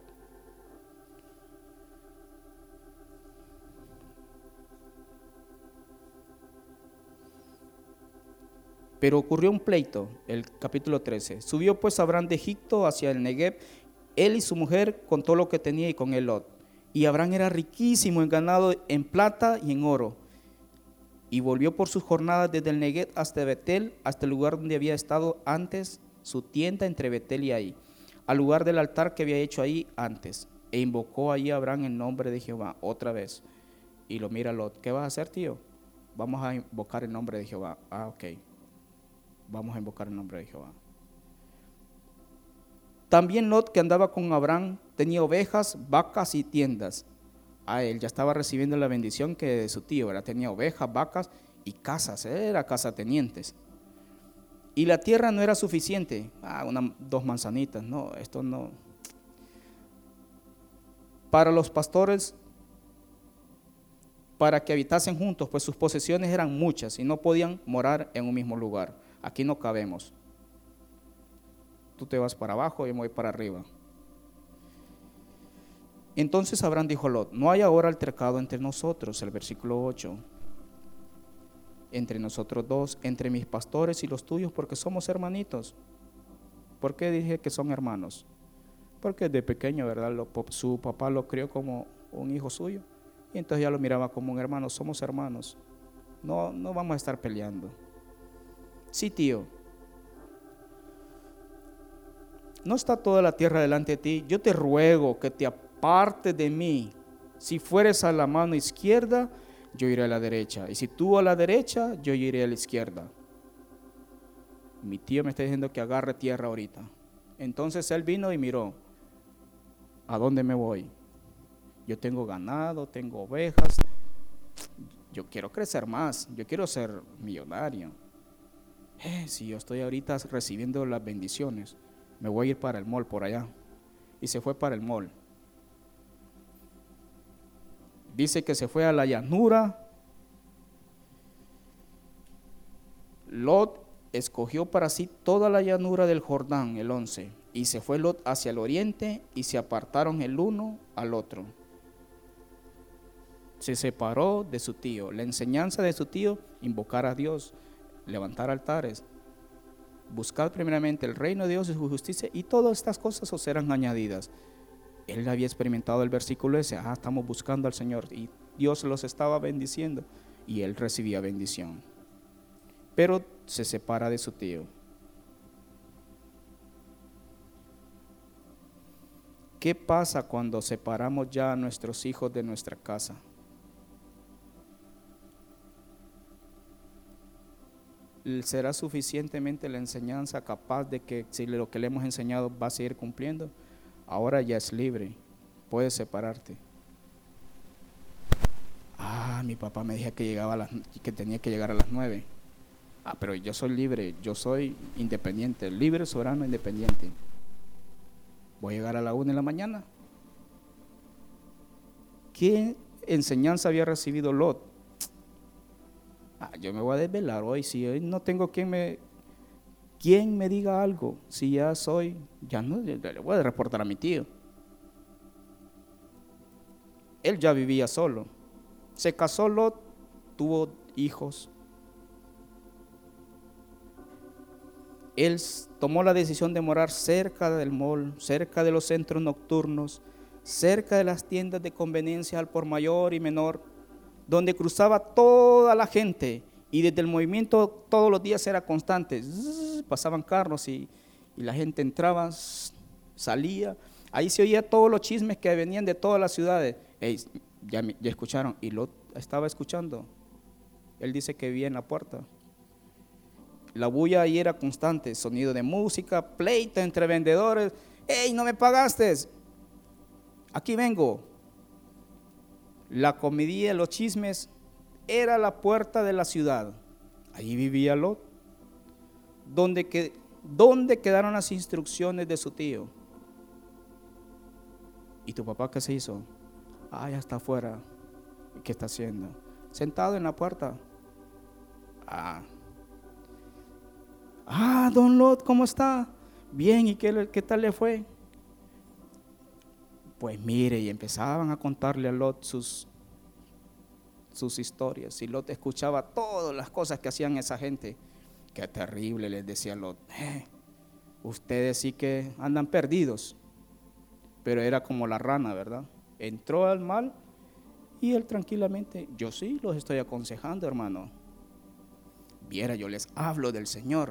Pero ocurrió un pleito, el capítulo trece. Subió pues Abraham de Egipto hacia el Negev, él y su mujer con todo lo que tenía, y con él Lot. Y Abraham era riquísimo en ganado, en plata y en oro. Y volvió por sus jornadas desde el Negev hasta Betel, hasta el lugar donde había estado antes su tienda entre Betel y ahí, al lugar del altar que había hecho ahí antes. E invocó allí a Abraham el nombre de Jehová otra vez. Y lo mira Lot: ¿qué vas a hacer, tío? Vamos a invocar el nombre de Jehová. Ah, ok. Vamos a invocar el nombre de Jehová. También Lot, que andaba con Abraham, tenía ovejas, vacas y tiendas. A él ya estaba recibiendo la bendición que de su tío, ¿verdad? Tenía ovejas, vacas y casas, era casatenientes. Y la tierra no era suficiente. Ah, una, dos manzanitas, no, esto no. Para los pastores, para que habitasen juntos, pues sus posesiones eran muchas y no podían morar en un mismo lugar. Aquí no cabemos. Tú te vas para abajo y yo me voy para arriba. Entonces Abraham dijo a Lot: no hay ahora altercado entre nosotros, el versículo ocho, entre nosotros dos, entre mis pastores y los tuyos, porque somos hermanitos. ¿Por qué dije que son hermanos? Porque de pequeño, ¿verdad? Lo, su papá lo crió como un hijo suyo, y entonces ya lo miraba como un hermano. Somos hermanos, no, no vamos a estar peleando. Sí, tío. ¿No está toda la tierra delante de ti? Yo te ruego que te apartes de mí. Si fueres a la mano izquierda, yo iré a la derecha. Y si tú a la derecha, yo iré a la izquierda. Mi tío me está diciendo que agarre tierra ahorita. Entonces él vino y miró: ¿a dónde me voy? Yo tengo ganado, tengo ovejas. Yo quiero crecer más. Yo quiero ser millonario. Eh, si yo estoy ahorita recibiendo las bendiciones, me voy a ir para el mall por allá. Y se fue para el mall. Dice que se fue a la llanura. Lot escogió para sí toda la llanura del Jordán, el once. Y se fue Lot hacia el oriente, y se apartaron el uno al otro. Se separó de su tío. La enseñanza de su tío: invocar a Dios, levantar altares, buscar primeramente el reino de Dios y su justicia, y todas estas cosas os serán añadidas. Él había experimentado el versículo ese: ah, estamos buscando al Señor, y Dios los estaba bendiciendo, y él recibía bendición. Pero se separa de su tío. ¿Qué pasa cuando separamos ya a nuestros hijos de nuestra casa? ¿Será suficientemente la enseñanza capaz de que si lo que le hemos enseñado va a seguir cumpliendo? Ahora ya es libre, puedes separarte. Ah, mi papá me dijo que llegaba a las, que tenía que llegar a las nueve. Ah, pero yo soy libre, yo soy independiente, libre, soberano, independiente. Voy a llegar a la una de la mañana. ¿Qué enseñanza había recibido Lot? Ah, yo me voy a desvelar hoy, si hoy no tengo quien me, quien me diga algo, si ya soy, ya no, le voy a reportar a mi tío. Él ya vivía solo. Se casó Lot, tuvo hijos. Él tomó la decisión de morar cerca del mall, cerca de los centros nocturnos, cerca de las tiendas de conveniencia al por mayor y menor, donde cruzaba toda la gente, y desde el movimiento todos los días era constante. Zzz, pasaban carros y, y la gente entraba, zzz, salía. Ahí se oía todos los chismes que venían de todas las ciudades. Ey, ya, ya escucharon, y Lot estaba escuchando. Él dice que vivía en la puerta. La bulla ahí era constante, sonido de música, pleito entre vendedores. ¡Ey, no me pagaste! Aquí vengo. La comedia, los chismes, era la puerta de la ciudad. Ahí vivía Lot. ¿Dónde, que, ¿Dónde quedaron las instrucciones de su tío? ¿Y tu papá qué se hizo? Ah, ya está afuera. ¿Qué está haciendo? Sentado en la puerta. Ah, ah, don Lot, ¿cómo está? Bien, ¿y qué, qué tal le fue? Pues mire, y empezaban a contarle a Lot sus, sus historias. Y Lot escuchaba todas las cosas que hacían esa gente. Qué terrible, les decía Lot. Eh, ustedes sí que andan perdidos. Pero era como la rana, ¿verdad? Entró al mal y él tranquilamente, yo sí los estoy aconsejando, hermano. Viera, yo les hablo del Señor.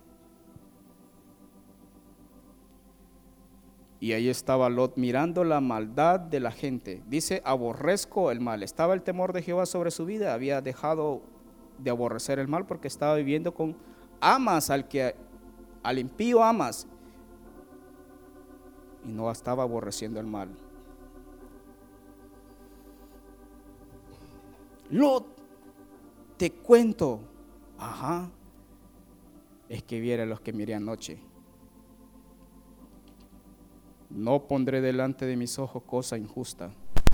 Y ahí estaba Lot mirando la maldad de la gente. Dice, aborrezco el mal. Estaba el temor de Jehová sobre su vida. Había dejado de aborrecer el mal porque estaba viviendo con amas al que al impío amas. Y no estaba aborreciendo el mal. Lot, te cuento. Ajá. Es que viera los que miré anoche. No pondré delante de mis ojos cosa injusta.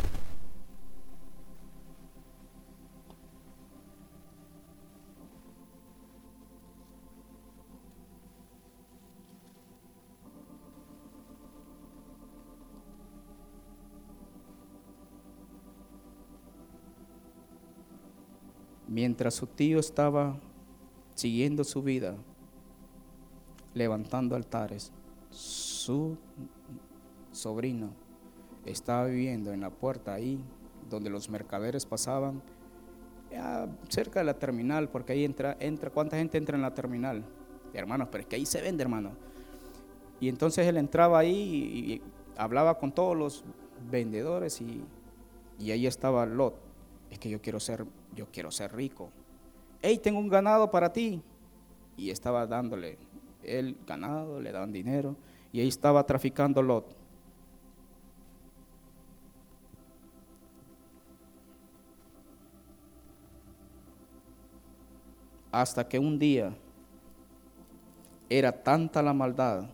Mientras su tío estaba siguiendo su vida, levantando altares, su sobrino estaba viviendo en la puerta ahí donde los mercaderes pasaban, cerca de la terminal, porque ahí entra, entra, ¿cuánta gente entra en la terminal? Hermanos, pero es que ahí se vende, hermano. Y entonces él entraba ahí y, y hablaba con todos los vendedores y, y ahí estaba Lot. Es que yo quiero ser, yo quiero ser rico. Hey, tengo un ganado para ti. Y estaba dándole el ganado, le daban dinero y ahí estaba traficando Lot. Hasta que un día era tanta la maldad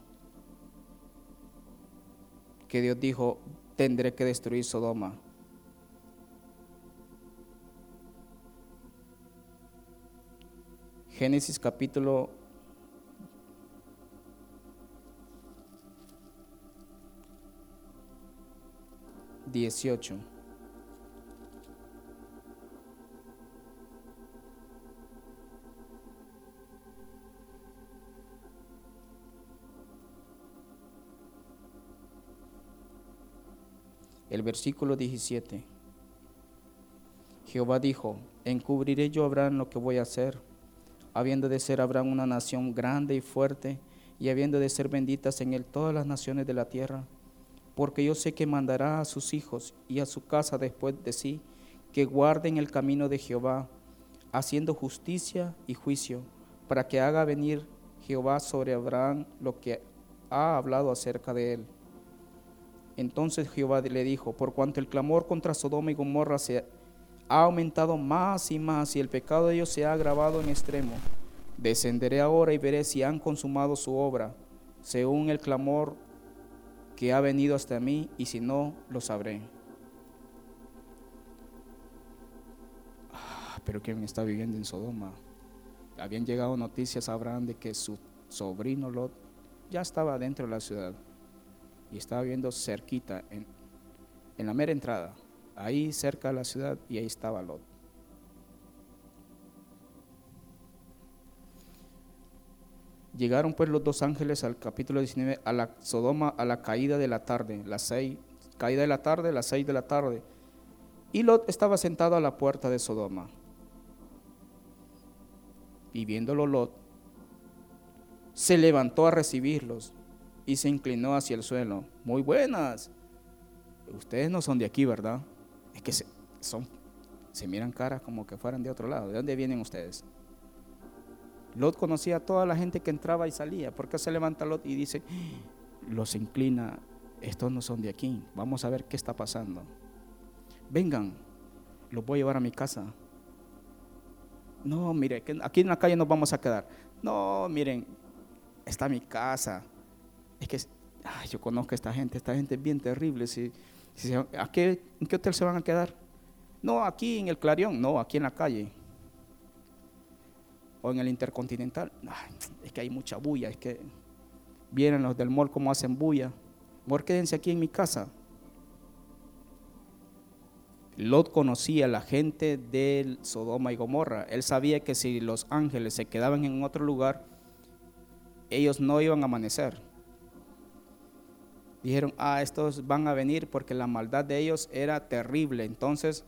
que Dios dijo, tendré que destruir Sodoma. Génesis capítulo dieciocho. El versículo diecisiete. Jehová dijo, encubriré yo a Abraham lo que voy a hacer, habiendo de ser Abraham una nación grande y fuerte, y habiendo de ser benditas en él todas las naciones de la tierra, porque yo sé que mandará a sus hijos y a su casa después de sí, que guarden el camino de Jehová, haciendo justicia y juicio, para que haga venir Jehová sobre Abraham lo que ha hablado acerca de él. Entonces Jehová le dijo, por cuanto el clamor contra Sodoma y Gomorra se ha aumentado más y más, y el pecado de ellos se ha agravado en extremo, descenderé ahora y veré si han consumado su obra, según el clamor que ha venido hasta mí, y si no, lo sabré. Ah, pero ¿quién está viviendo en Sodoma? Habían llegado noticias a Abraham de que su sobrino Lot ya estaba dentro de la ciudad y estaba viviendo cerquita, en, en la mera entrada, ahí cerca de la ciudad, y ahí estaba Lot. Llegaron pues los dos ángeles al capítulo diecinueve a la Sodoma a la caída de la tarde, las seis, caída de la tarde, las seis de la tarde, y Lot estaba sentado a la puerta de Sodoma. Y viéndolo Lot, se levantó a recibirlos y se inclinó hacia el suelo. Muy buenas. Ustedes no son de aquí, ¿verdad? Es que se, son, se miran caras como que fueran de otro lado. ¿De dónde vienen ustedes? Lot conocía a toda la gente que entraba y salía. ¿Por qué se levanta Lot y dice, los inclina, estos no son de aquí, vamos a ver qué está pasando? Vengan, los voy a llevar a mi casa. No, mire, que aquí en la calle nos vamos a quedar. No, miren, está mi casa. Es que ay, yo conozco a esta gente, esta gente es bien terrible. Si, si, ¿a qué, ¿En qué hotel se van a quedar? No, aquí en el Clarion, no, aquí en la calle. O en el Intercontinental. Ay, es que hay mucha bulla, es que vienen los del mall como hacen bulla. Mejor quédense aquí en mi casa. Lot conocía a la gente de Sodoma y Gomorra. Él sabía que si los ángeles se quedaban en otro lugar, ellos no iban a amanecer. Dijeron, ah, estos van a venir porque la maldad de ellos era terrible. Entonces,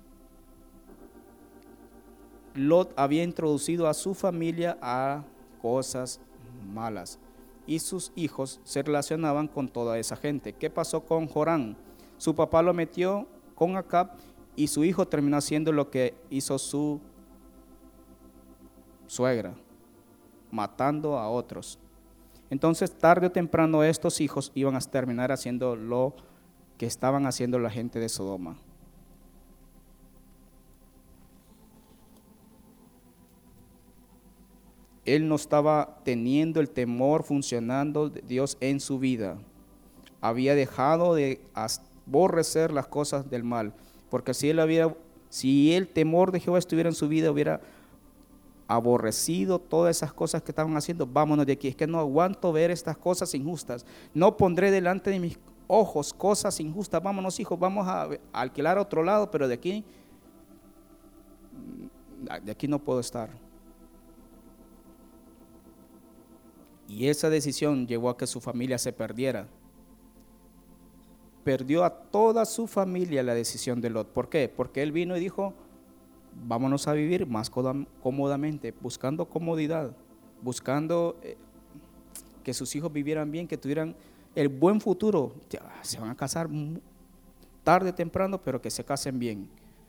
Lot había introducido a su familia a cosas malas y sus hijos se relacionaban con toda esa gente. ¿Qué pasó con Jorán? Su papá lo metió con Acab y su hijo terminó haciendo lo que hizo su suegra, matando a otros. Entonces, tarde o temprano estos hijos iban a terminar haciendo lo que estaban haciendo la gente de Sodoma. Él no estaba teniendo el temor funcionando de Dios en su vida. Había dejado de aborrecer las cosas del mal, porque si él había, si el temor de Jehová estuviera en su vida, hubiera aborrecido todas esas cosas que estaban haciendo. Vámonos de aquí, es que no aguanto ver estas cosas injustas. No pondré delante de mis ojos cosas injustas. Vámonos, hijos, vamos a alquilar a otro lado, pero de aquí, de aquí no puedo estar. Y esa decisión llevó a que su familia se perdiera. Perdió a toda su familia la decisión de Lot. ¿Por qué? Porque él vino y dijo, vámonos a vivir más cómodamente, buscando comodidad, buscando eh, que sus hijos vivieran bien, que tuvieran el buen futuro. Se van a casar tarde o temprano, pero que se casen bien.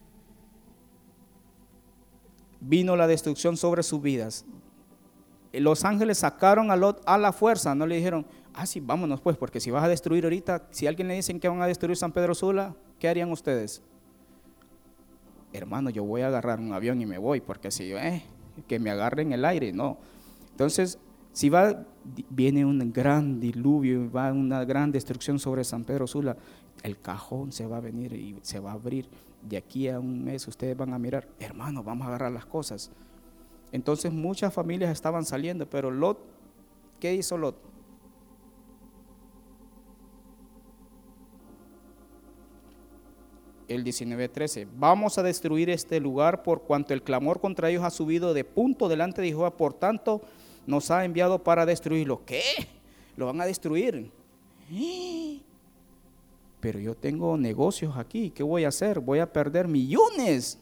Vino la destrucción sobre sus vidas. Los ángeles sacaron a Lot a la fuerza, no le dijeron, ah sí, vámonos pues, porque si vas a destruir ahorita, si a alguien le dicen que van a destruir San Pedro Sula, ¿qué harían ustedes? Hermano, yo voy a agarrar un avión y me voy, porque si eh, que me agarren el aire, no. Entonces, si va, viene un gran diluvio, va una gran destrucción sobre San Pedro Sula, el cajón se va a venir y se va a abrir. De aquí a un mes ustedes van a mirar, hermano, vamos a agarrar las cosas. Entonces muchas familias estaban saliendo, pero Lot, ¿qué hizo Lot? El diecinueve trece, vamos a destruir este lugar por cuanto el clamor contra ellos ha subido de punto delante de Jehová, por tanto nos ha enviado para destruirlo. ¿Qué? ¿Lo van a destruir? Pero yo tengo negocios aquí, ¿qué voy a hacer? Voy a perder millones.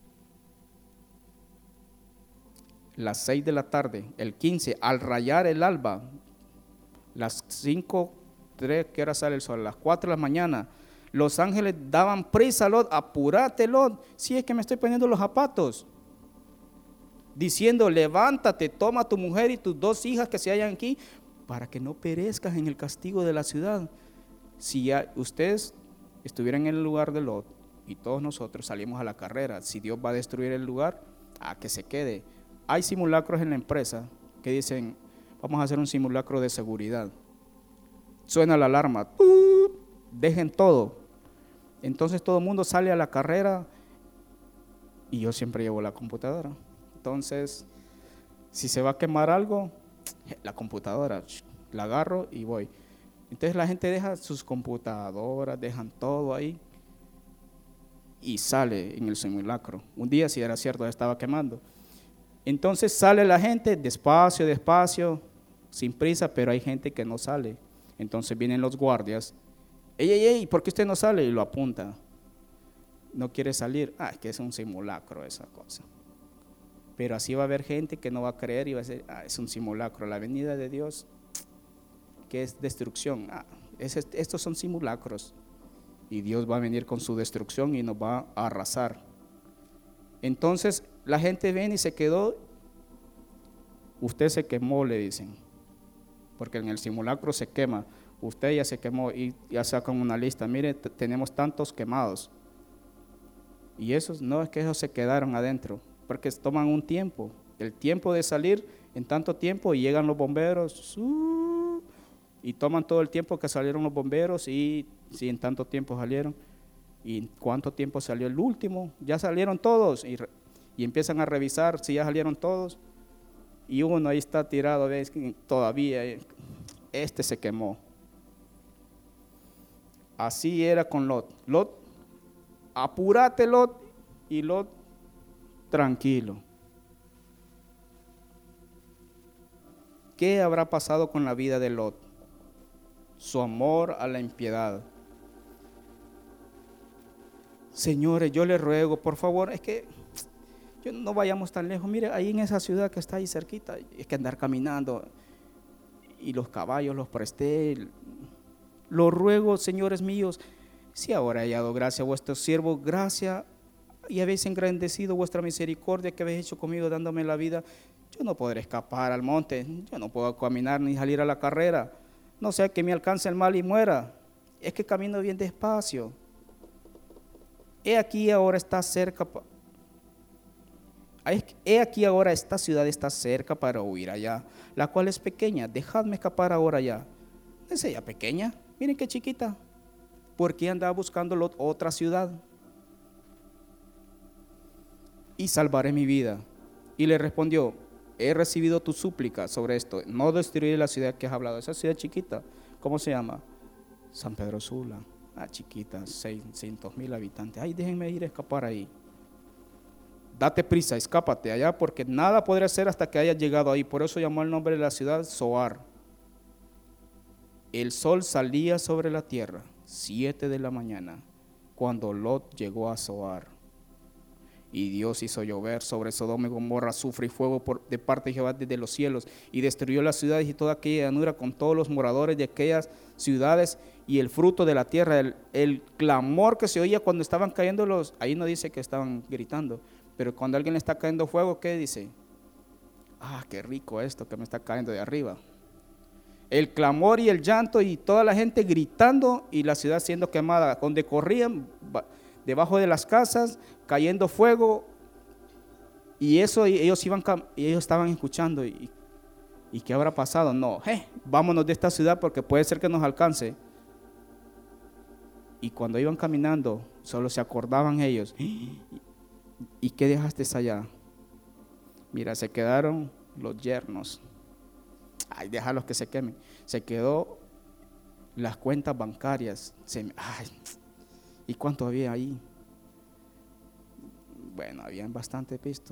Las seis de la tarde, el quince, al rayar el alba, las cinco, tres, ¿qué hora sale el sol? A las cuatro de la mañana, los ángeles daban prisa a Lot, apúrate Lot, si es que me estoy poniendo los zapatos, diciendo, levántate, toma a tu mujer y tus dos hijas que se hallan aquí, para que no perezcas en el castigo de la ciudad. Si ya ustedes estuvieran en el lugar de Lot y todos nosotros salimos a la carrera, si Dios va a destruir el lugar, a que se quede. Hay simulacros en la empresa que dicen, vamos a hacer un simulacro de seguridad. Suena la alarma, ¡tut! Dejen todo. Entonces todo el mundo sale a la carrera y yo siempre llevo la computadora. Entonces, si se va a quemar algo, la computadora, la agarro y voy. Entonces la gente deja sus computadoras, dejan todo ahí y sale en el simulacro. Un día, si era cierto, estaba quemando. Entonces sale la gente despacio, despacio, sin prisa, pero hay gente que no sale. Entonces vienen los guardias, ey, ey, ey, ¿por qué usted no sale? Y lo apunta. No quiere salir, ah, es que es un simulacro esa cosa. Pero así va a haber gente que no va a creer y va a decir, ah, es un simulacro, la venida de Dios que es destrucción. Ah, es, estos son simulacros. Y Dios va a venir con su destrucción y nos va a arrasar. Entonces la gente viene y se quedó. Usted se quemó, le dicen. Porque en el simulacro se quema. Usted ya se quemó y ya sacan una lista. Mire, tenemos tantos quemados. Y esos, no es que esos se quedaron adentro. Porque toman un tiempo. El tiempo de salir, en tanto tiempo, y llegan los bomberos. Uh, y toman todo el tiempo que salieron los bomberos y si en tanto tiempo salieron y en cuánto tiempo salió el último, ya salieron todos y, y empiezan a revisar si ya salieron todos y uno ahí está tirado, ves que todavía este se quemó. Así era con Lot. Lot, apúrate Lot, y Lot tranquilo. ¿Qué habrá pasado con la vida de Lot? Su amor a la impiedad. Señores, yo les ruego, por favor, es que yo no vayamos tan lejos. Mire, ahí en esa ciudad que está ahí cerquita, es que andar caminando y los caballos los presté. Los ruego, señores míos, si ahora he hallado gracia a vuestro siervo, gracia y habéis engrandecido vuestra misericordia que habéis hecho conmigo dándome la vida, yo no podré escapar al monte, yo no puedo caminar ni salir a la carrera, no sea que me alcance el mal y muera, es que camino bien despacio. He aquí ahora está cerca, he aquí ahora esta ciudad está cerca para huir allá, la cual es pequeña, dejadme escapar ahora allá. ¿Es ella pequeña? Miren qué chiquita. ¿Por qué andaba buscando otra ciudad? Y salvaré mi vida. Y le respondió, he recibido tu súplica sobre esto, no destruiré la ciudad que has hablado. Esa ciudad chiquita, ¿cómo se llama? San Pedro Sula. Ah, chiquita, seiscientos mil habitantes. Ay, déjenme ir a escapar ahí. Date prisa, escápate allá, porque nada podré hacer hasta que hayas llegado ahí. Por eso llamó el nombre de la ciudad Zoar. El sol salía sobre la tierra, siete de la mañana, cuando Lot llegó a Zoar. Y Dios hizo llover sobre Sodoma y Gomorra azufre y fuego por, de parte de Jehová desde los cielos, y destruyó las ciudades y toda aquella llanura con todos los moradores de aquellas ciudades y el fruto de la tierra. El, el clamor que se oía cuando estaban cayendo los, ahí no dice que estaban gritando, pero cuando a alguien le está cayendo fuego, ¿qué dice? Ah, qué rico esto que me está cayendo de arriba. El clamor y el llanto y toda la gente gritando y la ciudad siendo quemada, donde corrían debajo de las casas, cayendo fuego, y eso y ellos iban y ellos estaban escuchando. ¿Y, y qué habrá pasado? No, eh, vámonos de esta ciudad porque puede ser que nos alcance. Y cuando iban caminando, solo se acordaban ellos, ¿y, y qué dejaste allá? Mira, se quedaron los yernos. Ay, déjalos que se quemen. Se quedó las cuentas bancarias. Se, ay, ¿y cuánto había ahí? Bueno, habían bastante pisto.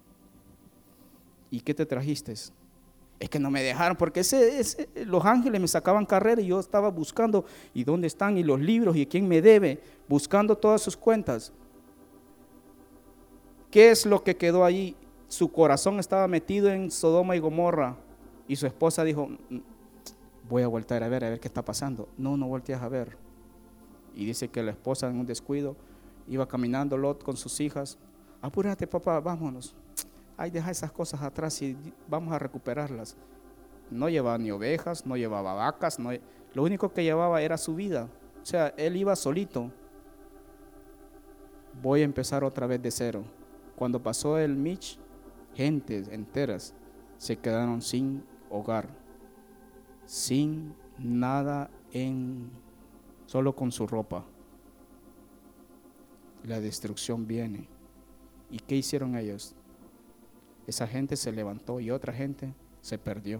¿Y qué te trajiste? Es que no me dejaron, porque ese, ese, los ángeles me sacaban carrera y yo estaba buscando, ¿y dónde están? Y los libros, ¿y quién me debe? Buscando todas sus cuentas. ¿Qué es lo que quedó ahí? Su corazón estaba metido en Sodoma y Gomorra. Y su esposa dijo, voy a voltear a ver, a ver qué está pasando. No, no volteas a ver. Y dice que la esposa en un descuido iba caminando Lot con sus hijas. Apúrate papá, vámonos. Ay, deja esas cosas atrás y vamos a recuperarlas. No llevaba ni ovejas, no llevaba vacas, no, lo único que llevaba era su vida. O sea, él iba solito. Voy a empezar otra vez de cero. Cuando pasó el Mitch, gentes enteras se quedaron sin hogar, sin nada, en solo con su ropa. La destrucción viene. ¿Y qué hicieron ellos? Esa gente se levantó y otra gente se perdió.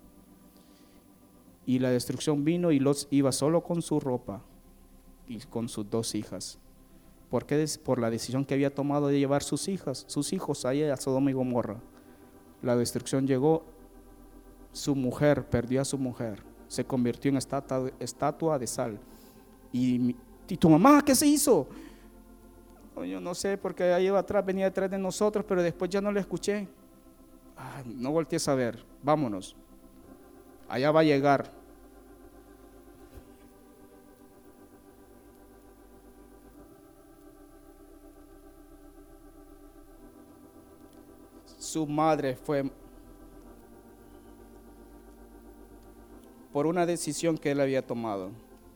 Y la destrucción vino y Lot iba solo con su ropa y con sus dos hijas. ¿Por qué? Por la decisión que había tomado de llevar sus hijas, sus hijos allá a Sodoma y Gomorra. La destrucción llegó, su mujer perdió a su mujer, se convirtió en estatua, estatua de sal. Y, y tu mamá, ¿qué se hizo? Yo no sé, porque ahí iba atrás, venía detrás de nosotros, pero después ya no le escuché. Ay, no volteé a saber, vámonos. Allá va a llegar. su madre fue por una decisión que él había tomado.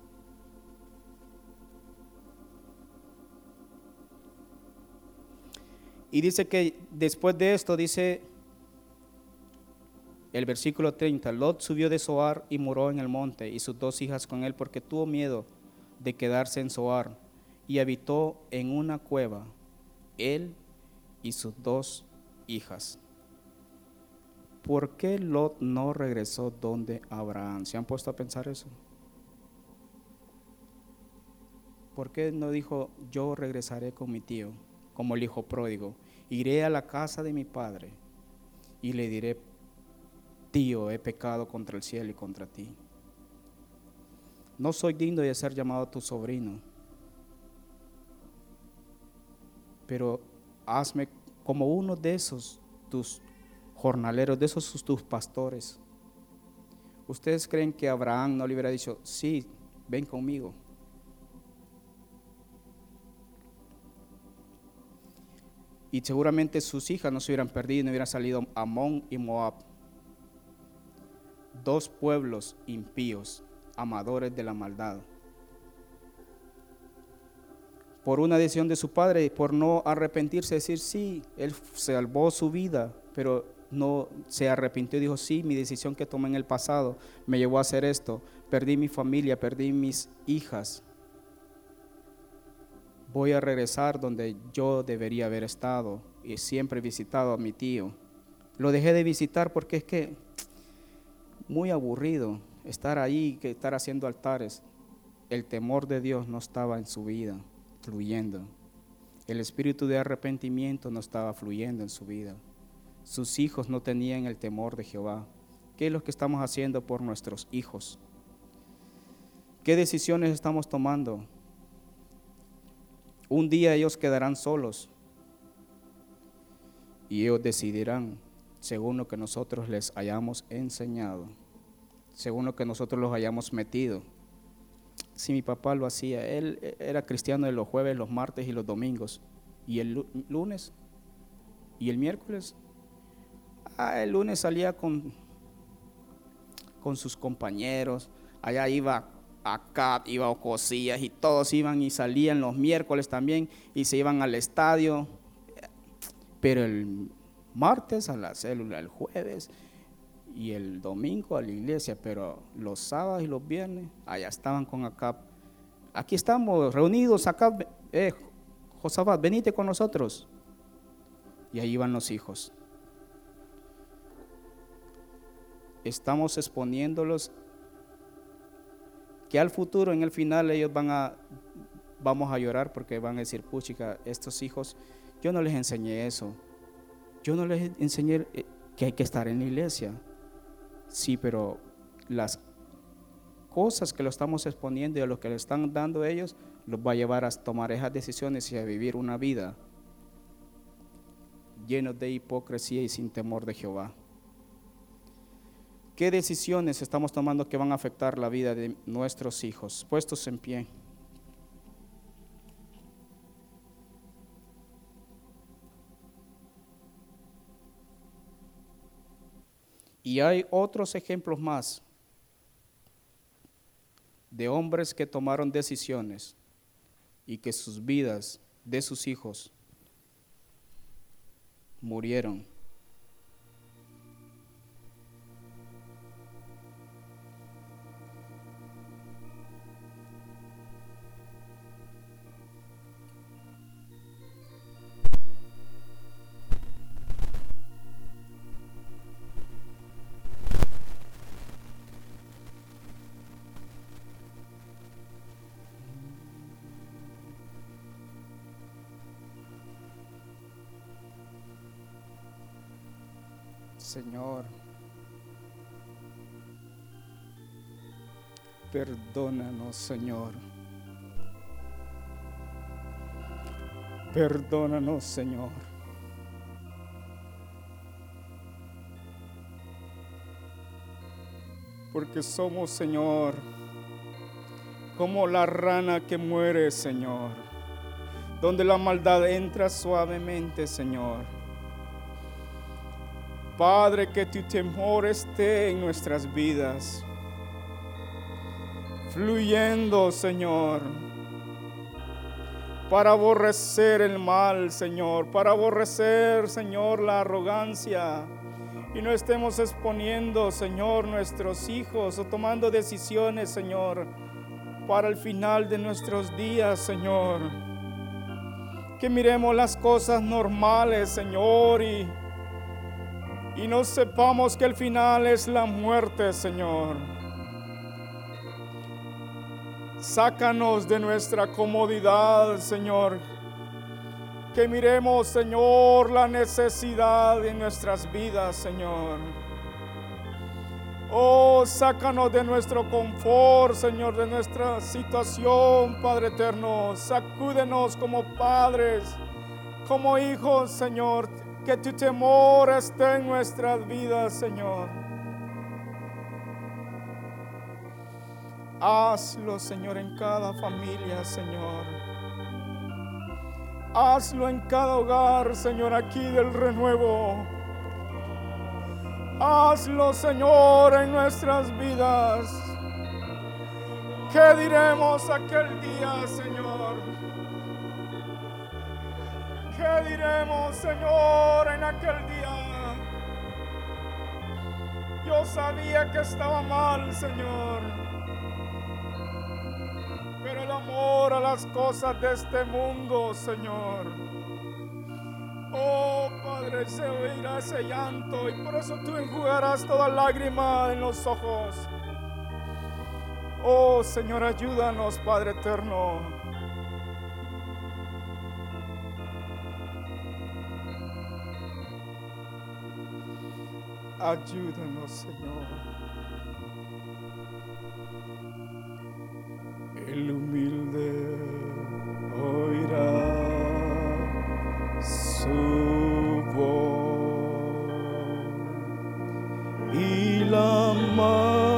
Y dice que después de esto, dice el versículo treinta, Lot subió de Zoar y moró en el monte, y sus dos hijas con él, porque tuvo miedo de quedarse en Zoar, y habitó en una cueva, él y sus dos hijas. ¿Por qué Lot no regresó donde Abraham? ¿Se han puesto a pensar eso? ¿Por qué no dijo, yo regresaré con mi tío, como el hijo pródigo? Iré a la casa de mi padre y le diré, tío, he pecado contra el cielo y contra ti. No soy digno de ser llamado tu sobrino, pero hazme como uno de esos tus jornaleros, de esos tus pastores. ¿Ustedes creen que Abraham no le hubiera dicho, sí, ven conmigo? Y seguramente sus hijas no se hubieran perdido, no hubieran salido Amón y Moab, dos pueblos impíos, amadores de la maldad. Por una decisión de su padre, por no arrepentirse, decir, sí, él salvó su vida, pero no se arrepintió y dijo, sí, mi decisión que tomé en el pasado me llevó a hacer esto, perdí mi familia, perdí mis hijas, voy a regresar donde yo debería haber estado y siempre he visitado a mi tío. Lo dejé de visitar porque es que muy aburrido estar ahí, que estar haciendo altares. El temor de Dios no estaba en su vida fluyendo. El espíritu de arrepentimiento no estaba fluyendo en su vida. Sus hijos no tenían el temor de Jehová. ¿Qué es lo que estamos haciendo por nuestros hijos? ¿Qué decisiones estamos tomando? Un día ellos quedarán solos y ellos decidirán según lo que nosotros les hayamos enseñado, según lo que nosotros los hayamos metido. Si mi papá lo hacía, él era cristiano de los jueves, los martes y los domingos, y el lunes y el miércoles, ah, el lunes salía con, con sus compañeros, allá iba acá, iba a Ocosillas y todos iban y salían los miércoles también y se iban al estadio, pero el martes a la célula, el jueves y el domingo a la iglesia, pero los sábados y los viernes allá estaban con Acab. Aquí estamos reunidos, Acab, eh, Josafat, venite con nosotros. Y ahí van los hijos. Estamos exponiéndolos que al futuro, en el final, ellos van a, vamos a llorar porque van a decir, puchica, estos hijos, yo no les enseñé eso. Yo no les enseñé que hay que estar en la iglesia. Sí, pero las cosas que lo estamos exponiendo y a lo que le están dando ellos, los va a llevar a tomar esas decisiones y a vivir una vida llenos de hipocresía y sin temor de Jehová. ¿Qué decisiones estamos tomando que van a afectar la vida de nuestros hijos? Puestos en pie. Y hay otros ejemplos más de hombres que tomaron decisiones y que sus vidas de sus hijos murieron. Señor, perdónanos, Señor. Perdónanos, Señor. Porque somos, Señor, como la rana que muere, Señor, donde la maldad entra suavemente, Señor. Padre, que tu temor esté en nuestras vidas, fluyendo, Señor, para aborrecer el mal, Señor, para aborrecer, Señor, la arrogancia, y no estemos exponiendo, Señor, nuestros hijos o tomando decisiones, Señor, para el final de nuestros días, Señor. Que miremos las cosas normales, Señor, y, y no sepamos que el final es la muerte, Señor. Sácanos de nuestra comodidad, Señor. Que miremos, Señor, la necesidad de nuestras vidas, Señor. Oh, sácanos de nuestro confort, Señor, de nuestra situación, Padre eterno. Sacúdenos como padres, como hijos, Señor. Que tu temor esté en nuestras vidas, Señor. Hazlo, Señor, en cada familia, Señor. Hazlo en cada hogar, Señor, aquí del renuevo. Hazlo, Señor, en nuestras vidas. ¿Qué diremos aquel día, Señor? ¿Qué diremos, Señor, en aquel día? Yo sabía que estaba mal, Señor, pero el amor a las cosas de este mundo, Señor, oh, Padre, se oirá ese llanto, y por eso tú enjugarás toda lágrima en los ojos. Oh, Señor, ayúdanos, Padre eterno. Ayúdanos, Señor. El humilde oirá su voz y la mano